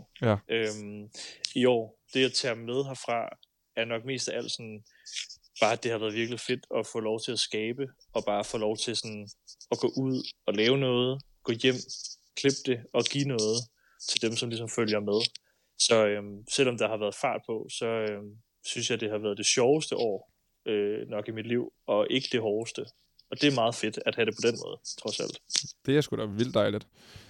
S6: i år. Det jeg tager med herfra, er nok mest af alt sådan, bare at det har været virkelig fedt at få lov til at skabe, og bare få lov til sådan at gå ud og lave noget, gå hjem, klippe det og give noget til dem, som ligesom følger med. Så selvom der har været fart på, så synes jeg, det har været det sjoveste år nok i mit liv, og ikke det hårdeste. Og det er meget fedt at have det på den måde, trods alt.
S1: Det er sgu da vildt dejligt.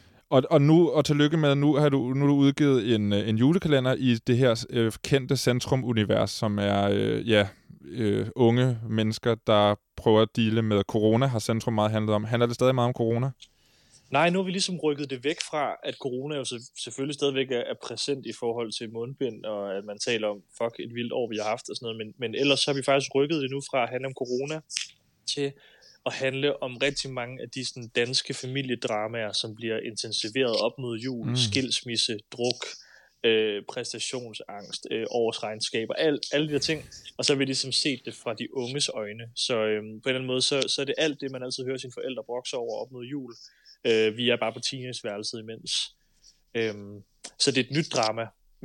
S1: Og tillykke med, nu har du udgivet en julekalender i det her kendte Centrum-univers, som er unge mennesker, der prøver at deale med corona, har Centrum meget handlet om. Handler det stadig meget om corona?
S6: Nej, nu har vi ligesom rykket det væk fra, at corona jo selvfølgelig stadigvæk er præsent i forhold til mundbind, og at man taler om, fuck, et vildt år, vi har haft og sådan noget, men ellers så har vi faktisk rykket det nu fra at handle om corona til at handle om rigtig mange af de sådan, danske familiedramaer, som bliver intensiveret op mod jul, skilsmisse, druk, præstationsangst, årsregnskaber, alle de der ting, og så har vi ligesom set det fra de unges øjne, så på en eller anden måde, så er det alt det, man altid hører sine forældre brokse over op mod jul. Vi er bare på teenageværelset imens. Så det er et nyt drama,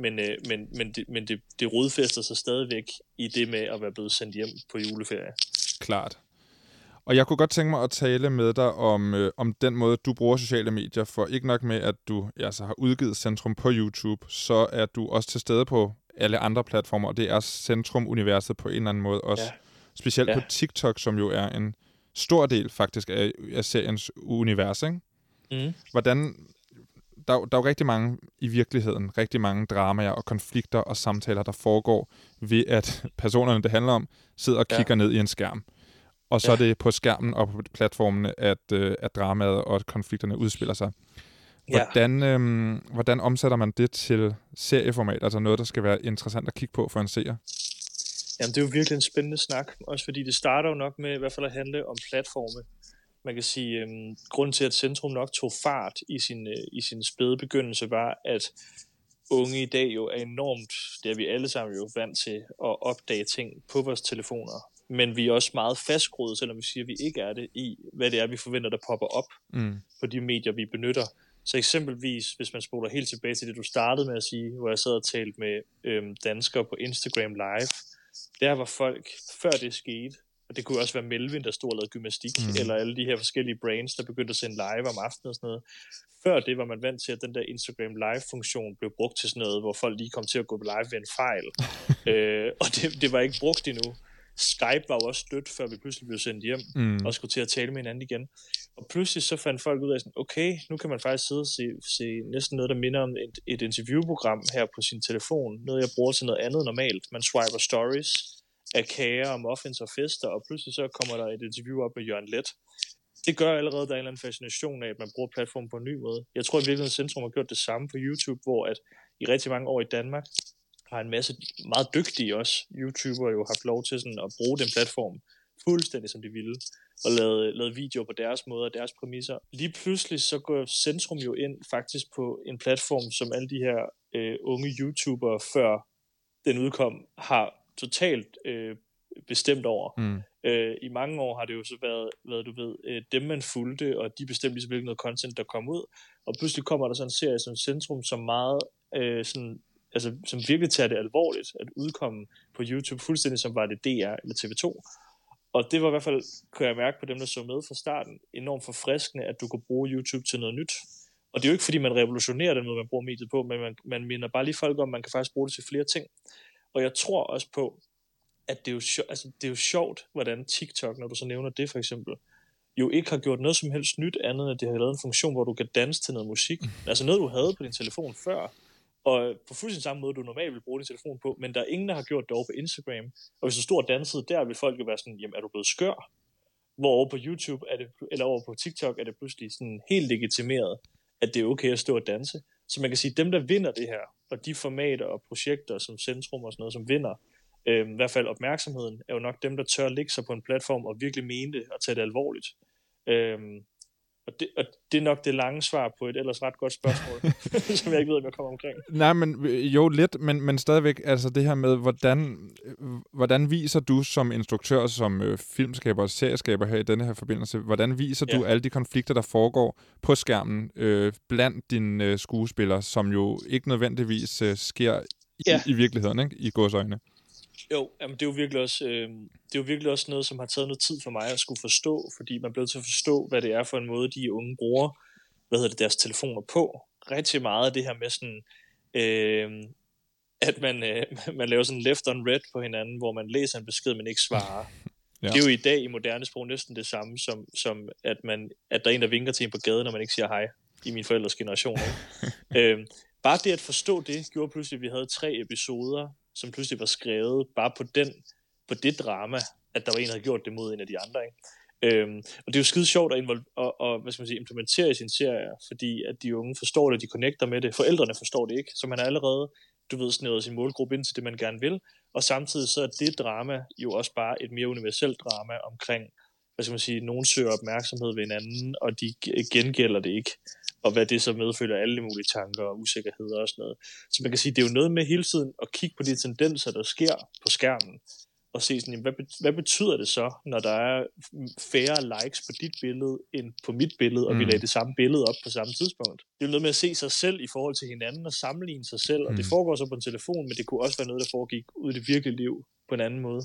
S6: men det rodfæster sig stadigvæk i det med at være blevet sendt hjem på juleferie.
S1: Klart. Og jeg kunne godt tænke mig at tale med dig om den måde, du bruger sociale medier, for ikke nok med, at du har udgivet Centrum på YouTube, så er du også til stede på alle andre platformer, og det er Centrum-universet på en eller anden måde også. Ja. Specielt på TikTok, som jo er en stor del faktisk af seriens univers, ikke? Hvordan, der er jo rigtig mange i virkeligheden, rigtig mange dramaer og konflikter og samtaler, der foregår ved, at personerne, det handler om, sidder og kigger ned i en skærm. Og så er det på skærmen og på platformene, at dramaet og konflikterne udspiller sig. Hvordan omsætter man det til serieformat? Altså noget, der skal være interessant at kigge på for en seer?
S6: Jamen, det er jo virkelig en spændende snak. Også fordi det starter jo nok med i hvert fald at handle om platforme. Man kan sige, grunden til, at Centrum nok tog fart i sin spæde begyndelse, var, at unge i dag jo er enormt, det er vi alle sammen jo vant til, at opdage ting på vores telefoner. Men vi er også meget fastgroet, selvom vi siger, at vi ikke er det, i hvad det er, vi forventer, der popper op på de medier, vi benytter. Så eksempelvis, hvis man spoler helt tilbage til det, du startede med at sige, hvor jeg sad og talte med danskere på Instagram Live, der var folk, før det skete, og det kunne også være Melvin, der stod og lavede gymnastik, eller alle de her forskellige brands, der begyndte at sende live om aftenen og sådan noget. Før det var man vant til, at den der Instagram Live-funktion blev brugt til sådan noget, hvor folk lige kom til at gå live ved en fejl. Og det var ikke brugt endnu. Skype var jo også stødt, før vi pludselig blev sendt hjem, og skulle til at tale med hinanden igen. Og pludselig så fandt folk ud af sådan, okay, nu kan man faktisk sidde og se næsten noget, der minder om et interviewprogram her på sin telefon. Noget, jeg bruger til noget andet normalt. Man swiper stories af kager og muffins og fester, og pludselig så kommer der et interview op med Jørgen Leth. Det gør allerede, der er en eller anden fascination af, at man bruger platformen på en ny måde. Jeg tror i virkeligheden, Centrum har gjort det samme på YouTube, hvor at i rigtig mange år i Danmark har en masse meget dygtige også YouTubere jo haft lov til sådan at bruge den platform fuldstændig som de ville, og lavet videoer på deres måde og deres præmisser. Lige pludselig så går Centrum jo ind faktisk på en platform, som alle de her unge YouTubere før den udkom, har totalt bestemt over. I mange år har det jo så været du ved, dem man fulgte, og de bestemte ligesom hvilket noget content, der kom ud, og pludselig kommer der sådan en serie som Centrum, som meget sådan, altså, som virkelig tager det alvorligt, at udkomme på YouTube, fuldstændig som var det DR eller TV2. Og det var i hvert fald, kan jeg mærke på dem, der så med fra starten, enormt forfriskende, at du kunne bruge YouTube til noget nyt. Og det er jo ikke, fordi man revolutionerer den måde, man bruger mediet på, men man minder bare lige folk om, at man kan faktisk bruge det til flere ting. Og jeg tror også på, at det er jo sjovt, hvordan TikTok, når du så nævner det for eksempel, jo ikke har gjort noget som helst nyt andet, end at det har lavet en funktion, hvor du kan danse til noget musik. Altså noget, du havde på din telefon før, og på fuldstændig samme måde, du normalt vil bruge din telefon på, men der er ingen, der har gjort det over på Instagram. Og hvis du stod og dansede der, vil folk jo være sådan, jamen er du blevet skør? Hvor over på YouTube, eller over på TikTok, er det pludselig sådan helt legitimeret, at det er okay at stå og danse. Så man kan sige, at dem, der vinder det her, og de formater og projekter som Centrum og sådan noget, som vinder, i hvert fald opmærksomheden, er jo nok dem, der tør lægge sig på en platform og virkelig mene det og tage det alvorligt. Og det er nok det lange svar på et ellers ret godt spørgsmål, som jeg ikke ved, om jeg kommer omkring.
S1: Nej, men jo lidt, men stadigvæk, altså det her med, hvordan viser du som instruktør, som filmskaber og serieskaber her i denne her forbindelse, hvordan viser du alle de konflikter, der foregår på skærmen blandt dine skuespillere, som jo ikke nødvendigvis sker i virkeligheden, ikke? I gåseøjne?
S6: Jo, jamen det er jo virkelig også noget, som har taget noget tid for mig at skulle forstå, fordi man bliver til at forstå, hvad det er for en måde, de unge bruger, deres telefoner på. Rigtig meget af det her med sådan, at man laver sådan left on red på hinanden, hvor man læser en besked, men ikke svarer. Ja. Det er jo i dag i moderne sprog næsten det samme, som at der er en, der vinker til en på gaden, når man ikke siger hej, i min forældres generation. Bare det at forstå det, gjorde pludselig, at vi havde 3 episoder, som pludselig var skrevet bare på det drama, at der var en, der havde gjort det mod en af de andre. Ikke? Og det er jo skide sjovt at hvad skal man sige, implementere i sin serie, fordi at de unge forstår det, de connecter med det. Forældrene forstår det ikke, så man har allerede, snæret sin målgruppe ind til det, man gerne vil. Og samtidig så er det drama jo også bare et mere universelt drama omkring, hvad skal man sige, nogen søger opmærksomhed ved hinanden, og de gengælder det ikke. Og hvad det så medfølger alle mulige tanker og usikkerheder og sådan noget. Så man kan sige, det er jo noget med hele tiden at kigge på de tendenser, der sker på skærmen, og se sådan, hvad betyder det så, når der er færre likes på dit billede, end på mit billede, og vi lagde det samme billede op på samme tidspunkt. Det er jo noget med at se sig selv i forhold til hinanden, og sammenligne sig selv, og det foregår så på en telefon, men det kunne også være noget, der foregik ud i det virkelige liv på en anden måde.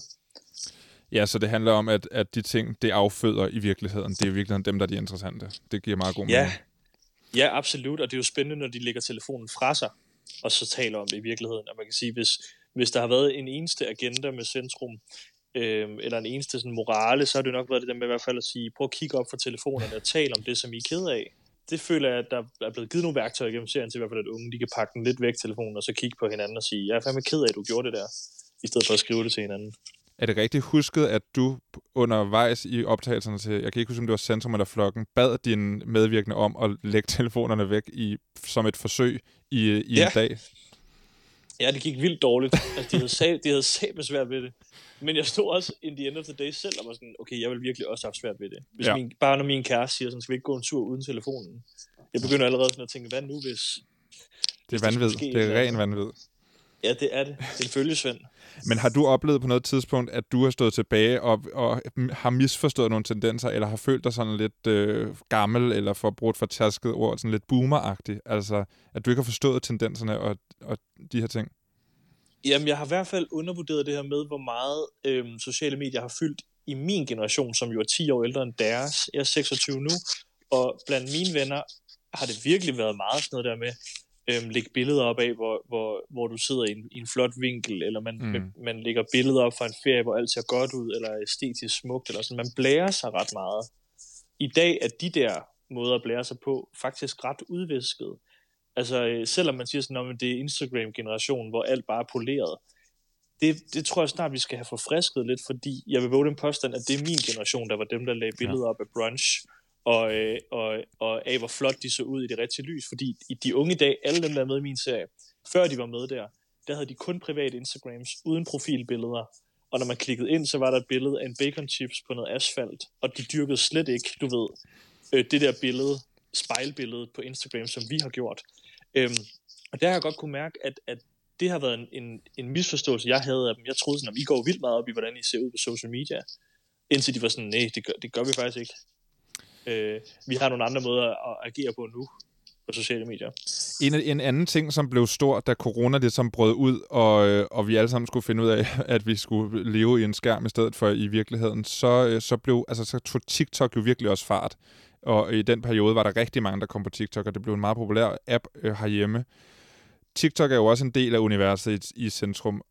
S1: Ja, så det handler om, at de ting, det afføder i virkeligheden, det er i virkeligheden dem, der er de interessante. Det giver meget god mening.
S6: Ja, absolut, og det er jo spændende, når de lægger telefonen fra sig, og så taler om det i virkeligheden. Og man kan sige, hvis der har været en eneste agenda med Centrum, eller en eneste sådan morale, så har det nok været det der med i hvert fald at sige, prøv at kigge op for telefonerne og tale om det, som I er ked af. Det føler jeg, at der er blevet givet nogle værktøjer gennem serien til i hvert fald, at unge de kan pakke den lidt væk telefonen, og så kigge på hinanden og sige, jeg er fandme ked af, at du gjorde det der, i stedet for at skrive det til hinanden.
S1: Er det rigtigt husket, at du undervejs i optagelserne til, jeg kan ikke huske, om det var Centrum eller Flokken, bad din medvirkende om at lægge telefonerne væk som et forsøg i en dag?
S6: Ja, det gik vildt dårligt. Altså, de havde sabelt svært ved det. Men jeg stod også in the end of the day selv og var sådan, okay, jeg vil virkelig også have svært ved det. Bare når min kæreste siger sådan, skal vi ikke gå en tur uden telefonen? Jeg begynder allerede sådan at tænke, hvad nu hvis...
S1: Det er vanvid. Det er ren vanvid.
S6: Ja, det er det. Det er en følgesvend.
S1: Men har du oplevet på noget tidspunkt, at du har stået tilbage og har misforstået nogle tendenser, eller har følt dig sådan lidt gammel, eller for brugt for tærsket ord, sådan lidt boomeragtig? Altså, at du ikke har forstået tendenserne og de her ting?
S6: Jamen, jeg har i hvert fald undervurderet det her med, hvor meget sociale medier har fyldt i min generation, som jo er 10 år ældre end deres. Jeg er 26 nu, og blandt mine venner har det virkelig været meget sådan noget der med, lægge billeder op af, hvor du sidder i en flot vinkel, eller man lægger billeder op fra en ferie, hvor alt ser godt ud, eller er æstetisk smukt, eller sådan. Man blærer sig ret meget. I dag er de der måder at blære sig på faktisk ret udvisket. Altså, selvom man siger sådan, at det er Instagram-generationen, hvor alt bare er poleret, det tror jeg snart, vi skal have forfrisket lidt, fordi jeg vil våge den påstand, at det er min generation, der var dem, der lagde billeder op af brunch, og af hvor flot de så ud i det rigtige lys, fordi i de unge i dag, alle dem, der er med i min serie, før de var med der havde de kun private Instagrams, uden profilbilleder, og når man klikkede ind, så var der et billede af en bacon chips på noget asfalt, og de dyrkede slet ikke, du ved, det der billede, spejlbillede på Instagram, som vi har gjort. Og der har jeg godt kunne mærke, at det har været en misforståelse, jeg havde af dem. Jeg troede sådan, at I går vildt meget op i, hvordan I ser ud på social media, indtil de var sådan, nej, det gør vi faktisk ikke. Vi har nogle andre måder at agere på nu på sociale medier.
S1: En anden ting, som blev stor, da corona ligesom brød ud, og vi alle sammen skulle finde ud af, at vi skulle leve i en skærm i stedet for i virkeligheden, så tog TikTok jo virkelig også fart. Og i den periode var der rigtig mange, der kom på TikTok, og det blev en meget populær app herhjemme. TikTok er jo også en del af universet i centrum,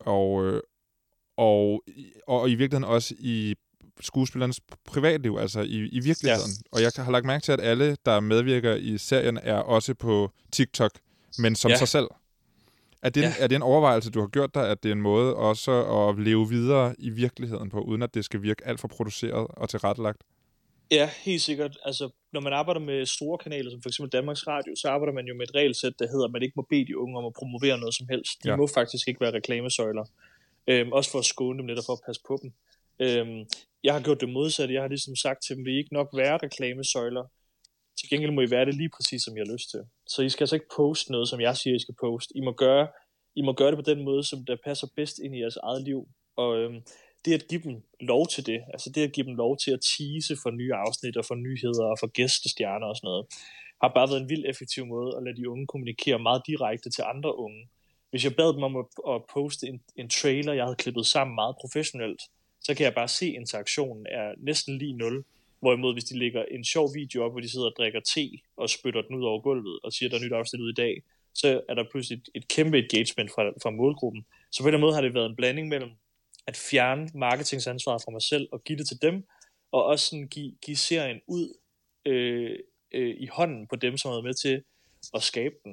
S1: og i virkeligheden også i skuespillernes privatliv, altså i virkeligheden. Ja. Og jeg har lagt mærke til, at alle, der medvirker i serien, er også på TikTok, men som sig selv. Er det en overvejelse, du har gjort dig, at det er en måde også at leve videre i virkeligheden på, uden at det skal virke alt for produceret og tilrettelagt?
S6: Ja, helt sikkert. Altså, når man arbejder med store kanaler, som for eksempel Danmarks Radio, så arbejder man jo med et regelsæt, der hedder, at man ikke må bede de unge om at promovere noget som helst. De må faktisk ikke være reklamesøjler. Også for at skåne dem lidt og for at passe på dem. Jeg har gjort det modsatte. Jeg har ligesom sagt til dem, vil I ikke nok være reklamesøjler? Til gengæld må I være det lige præcis, som I har lyst til. Så I skal altså ikke poste noget, som jeg siger, I skal poste. I må gøre det på den måde, som der passer bedst ind i jeres eget liv. Og det at give dem lov til det, altså det at give dem lov til at tease for nye afsnit og for nyheder og for gæstestjerner og sådan noget, har bare været en vild effektiv måde at lade de unge kommunikere meget direkte til andre unge. Hvis jeg bad dem om at poste en trailer, jeg havde klippet sammen meget professionelt, så kan jeg bare se, at interaktionen er næsten lige 0. Hvorimod hvis de lægger en sjov video op, hvor de sidder og drikker te og spytter den ud over gulvet og siger, at der er nyt afsnit ud i dag, så er der pludselig et kæmpe engagement fra målgruppen. Så på den måde har det været en blanding mellem at fjerne marketingsansvaret fra mig selv og give det til dem, og også sådan give serien ud i hånden på dem, som har været med til at skabe den.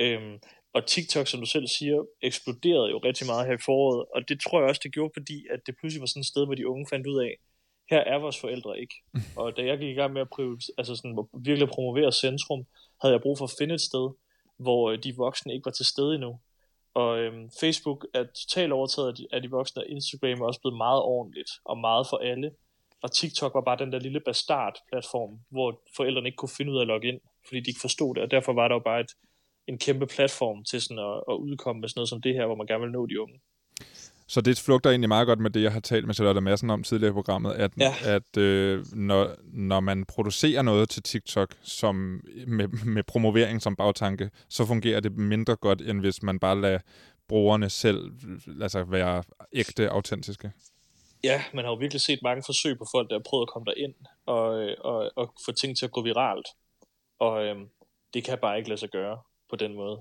S6: Og TikTok, som du selv siger, eksploderede jo rigtig meget her i foråret, og det tror jeg også, det gjorde, fordi at det pludselig var sådan et sted, hvor de unge fandt ud af, her er vores forældre ikke. Og da jeg gik i gang med at virkelig promovere Centrum, havde jeg brug for at finde et sted, hvor de voksne ikke var til stede endnu. Og Facebook er totalt overtaget af de voksne, og Instagram er også blevet meget ordentligt og meget for alle. Og TikTok var bare den der lille bastard-platform, hvor forældrene ikke kunne finde ud af at logge ind, fordi de ikke forstod det, og derfor var der jo bare en kæmpe platform til sådan at udkomme med sådan noget som det her, hvor man gerne vil nå de unge.
S1: Så det flugter egentlig meget godt med det, jeg har talt med Charlotte Madsen om tidligere i programmet, at når man producerer noget til TikTok som med promovering som bagtanke, så fungerer det mindre godt, end hvis man bare lader brugerne selv være ægte, autentiske.
S6: Ja, man har jo virkelig set mange forsøg på folk, der har prøvet at komme derind og få ting til at gå viralt. Og det kan bare ikke lade sig gøre på den måde.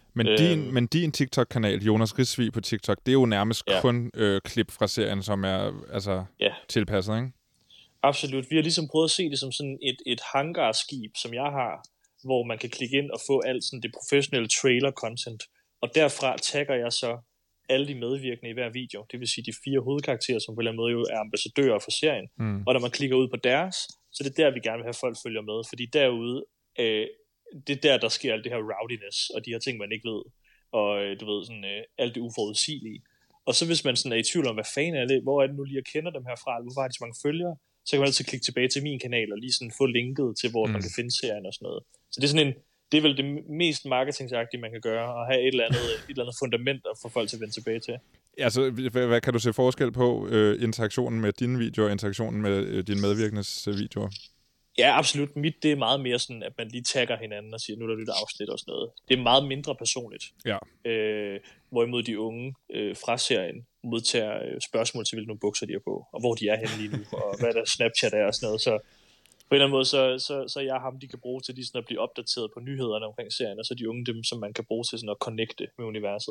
S1: Men din TikTok-kanal, Jonas Risvig på TikTok, det er jo nærmest kun klip fra serien, som er tilpasset, ikke?
S6: Absolut. Vi har ligesom prøvet at se det som sådan et hangarskib, som jeg har, hvor man kan klikke ind og få alt sådan det professionelle trailer-content. Og derfra tagger jeg så alle de medvirkende i hver video. Det vil sige de 4 hovedkarakterer, som på en eller anden måde jo er ambassadører for serien. Og når man klikker ud på deres, så det er der, vi gerne vil have folk følger med. Fordi derude... det er der sker alt det her rowdiness, og de her ting, man ikke ved, og du ved, sådan alt det uforudsigelige. Og så hvis man sådan er i tvivl om, hvad fanden er det, hvor er det nu lige, jeg kender dem herfra, hvorfor har de så mange følgere, så kan man altid klikke tilbage til min kanal, og lige sådan få linket til, hvor man kan finde serien og sådan noget. Så det er sådan det er vel det mest marketingsagtige, man kan gøre, at have et eller andet fundament at få folk til at vende tilbage til.
S1: Altså, hvad kan du se forskel på interaktionen med dine videoer og interaktionen med dine medvirkendes videoer?
S6: Ja, absolut. Det er meget mere sådan, at man lige tagger hinanden og siger, nu er der lidt afsnit og sådan noget. Det er meget mindre personligt. Ja. Hvorimod de unge fra serien modtager spørgsmål til, hvilke bukser de er på, og hvor de er henne lige nu, og hvad der Snapchat er og sådan noget. Så på en eller anden måde, så er jeg ham, de kan bruge til lige sådan at blive opdateret på nyhederne omkring serien, og så de unge dem, som man kan bruge til sådan at connecte med universet.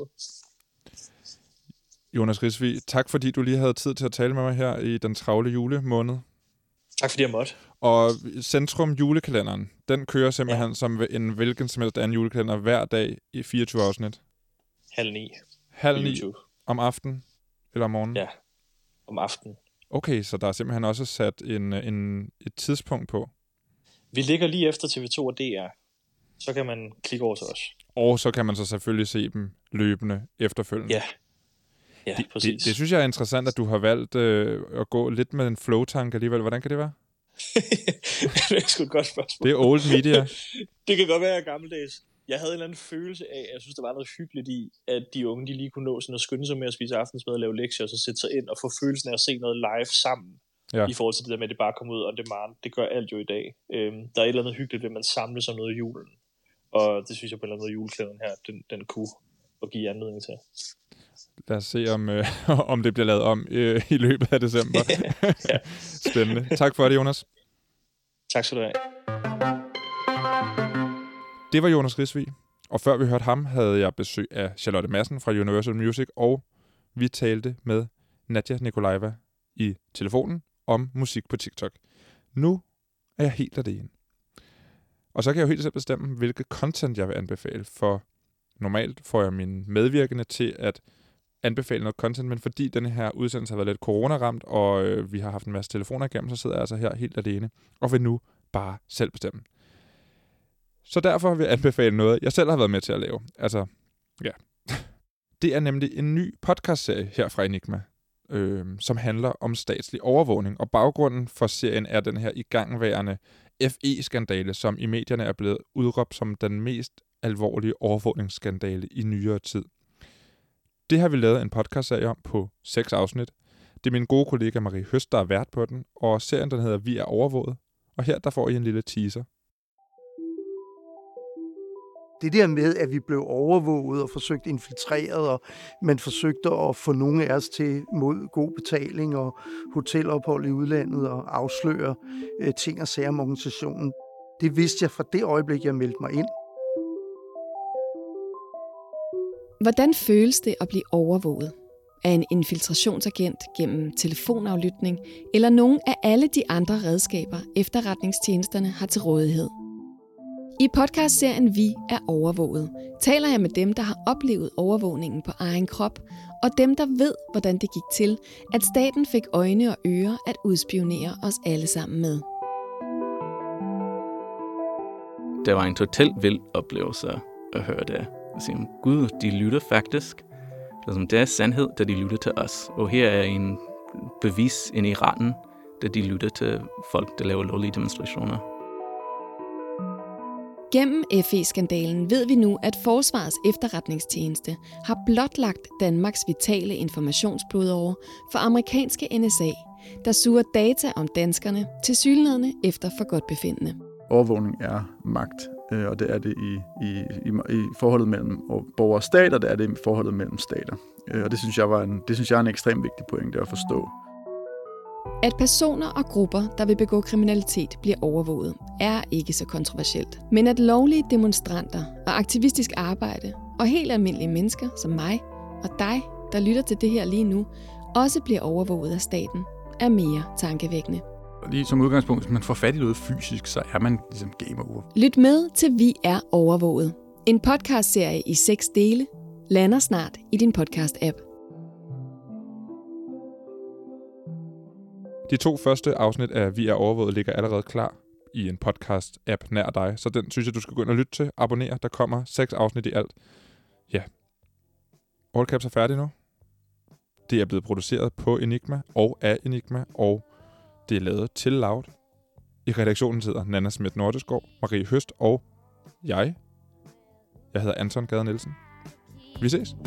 S1: Jonas Risvig, tak fordi du lige havde tid til at tale med mig her i den travle julemåned.
S6: Tak fordi jeg måtte.
S1: Og Centrum julekalenderen, den kører simpelthen som en hvilken som helst anden julekalender hver dag i 24 afsnit.
S6: 8:30.
S1: 8:30 om aftenen. Eller om morgenen?
S6: Ja, om aftenen.
S1: Okay, så der er simpelthen også sat et tidspunkt på.
S6: Vi ligger lige efter TV2 og DR. Så kan man klikke over til os.
S1: Og så kan man så selvfølgelig se dem løbende efterfølgende.
S6: Ja, præcis.
S1: Det synes jeg er interessant, at du har valgt at gå lidt med en flow-tank alligevel. Hvordan kan det være?
S6: Det er sgu et godt spørgsmål.
S1: Det er old media.
S6: Det kan godt være, at jeg er gammeldags. Jeg havde en eller anden følelse af, at jeg synes, der var noget hyggeligt i, at de unge de lige kunne nå sådan at skynde sig med at spise aftensmad og lave lektier, og så sætte sig ind og få følelsen af at se noget live sammen. Ja. I forhold til det der med, at det bare kommer ud on demand. Det gør alt jo i dag. Der er et eller andet hyggeligt ved, at man samles om noget i julen. Og det synes jeg på en eller anden måde, juleklæden her, den kunne og give anledning til.
S1: Lad os se, om det bliver lavet om i løbet af december. Ja. Spændende. Tak for det, Jonas.
S6: Tak skal du have.
S1: Det var Jonas Risvig, og før vi hørte ham, havde jeg besøg af Charlotte Madsen fra Universal Music, og vi talte med Nadia Nikolajeva i telefonen om musik på TikTok. Nu er jeg helt alene. Og så kan jeg jo helt selv bestemme, hvilket content jeg vil anbefale, for normalt får jeg mine medvirkende til at anbefale noget content, men fordi denne her udsendelse har været lidt coronaramt, og vi har haft en masse telefoner igennem, så sidder jeg altså her helt alene, og vil nu bare selv bestemme. Så derfor vil jeg anbefale noget, jeg selv har været med til at lave. Altså, ja. Det er nemlig en ny podcastserie her fra Enigma, som handler om statslig overvågning. Og baggrunden for serien er den her igangværende FE-skandale, som i medierne er blevet udråbt som den mest alvorlige overvågningsskandale i nyere tid. Det har vi lavet en podcastserie om på 6 afsnit. Det er min gode kollega Marie Høst, der er vært på den, og serien den hedder Vi er overvåget. Og her der får I en lille teaser.
S7: Det der med, at vi blev overvåget og forsøgt infiltreret, og man forsøgte at få nogle af os til mod god betaling og hotelophold i udlandet og afsløre ting og sager om organisationen. Det vidste jeg fra det øjeblik, jeg meldte mig ind.
S8: Hvordan føles det at blive overvåget? Af en infiltrationsagent gennem telefonaflytning eller nogle af alle de andre redskaber, efterretningstjenesterne har til rådighed? I podcastserien Vi er overvåget taler jeg med dem, der har oplevet overvågningen på egen krop, og dem, der ved, hvordan det gik til, at staten fik øjne og ører at udspionere os alle sammen med.
S9: Det var en totalt vild oplevelse at høre det. Gud, de lytter faktisk. Det er sandhed, da de lytter til os. Og her er en bevis ind i retten, da de lytter til folk, der laver lovlige demonstrationer.
S8: Gennem FE-skandalen ved vi nu, at Forsvarets efterretningstjeneste har blotlagt Danmarks vitale informationsblodårer for amerikanske NSA, der suger data om danskerne tilsyneladende efter forgodtbefindende.
S10: Overvågning er magt, og det er det i forholdet mellem borgere og stater, det er det i forholdet mellem stater. Og det synes jeg er en ekstremt vigtig pointe at forstå.
S8: At personer og grupper, der vil begå kriminalitet, bliver overvåget, er ikke så kontroversielt. Men at lovlige demonstranter og aktivistisk arbejde og helt almindelige mennesker som mig og dig, der lytter til det her lige nu, også bliver overvåget af staten, er mere tankevækkende.
S10: Lige som udgangspunkt, hvis man får fat i noget fysisk, så er man ligesom game over.
S8: Lyt med til Vi er overvåget. En podcastserie i 6 dele lander snart i din podcast-app.
S1: De 2 første afsnit af Vi er overvåget ligger allerede klar i en podcast-app nær dig, så den synes jeg, du skal gå ind og lytte til. Abonner, der kommer 6 afsnit i alt. Ja. All Caps er færdig nu. Det er blevet produceret på Enigma og af Enigma, og det er lavet til Loud. I redaktionen sidder Nana Schmidt Nordeskov, Marie Høst og jeg. Jeg hedder Anton Gade Nielsen. Vi ses.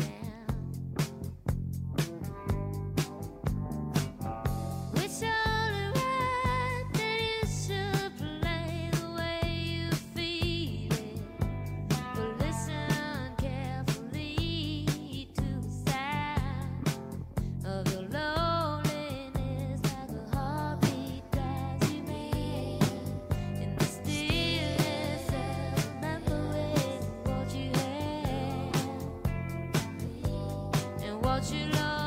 S2: What you love.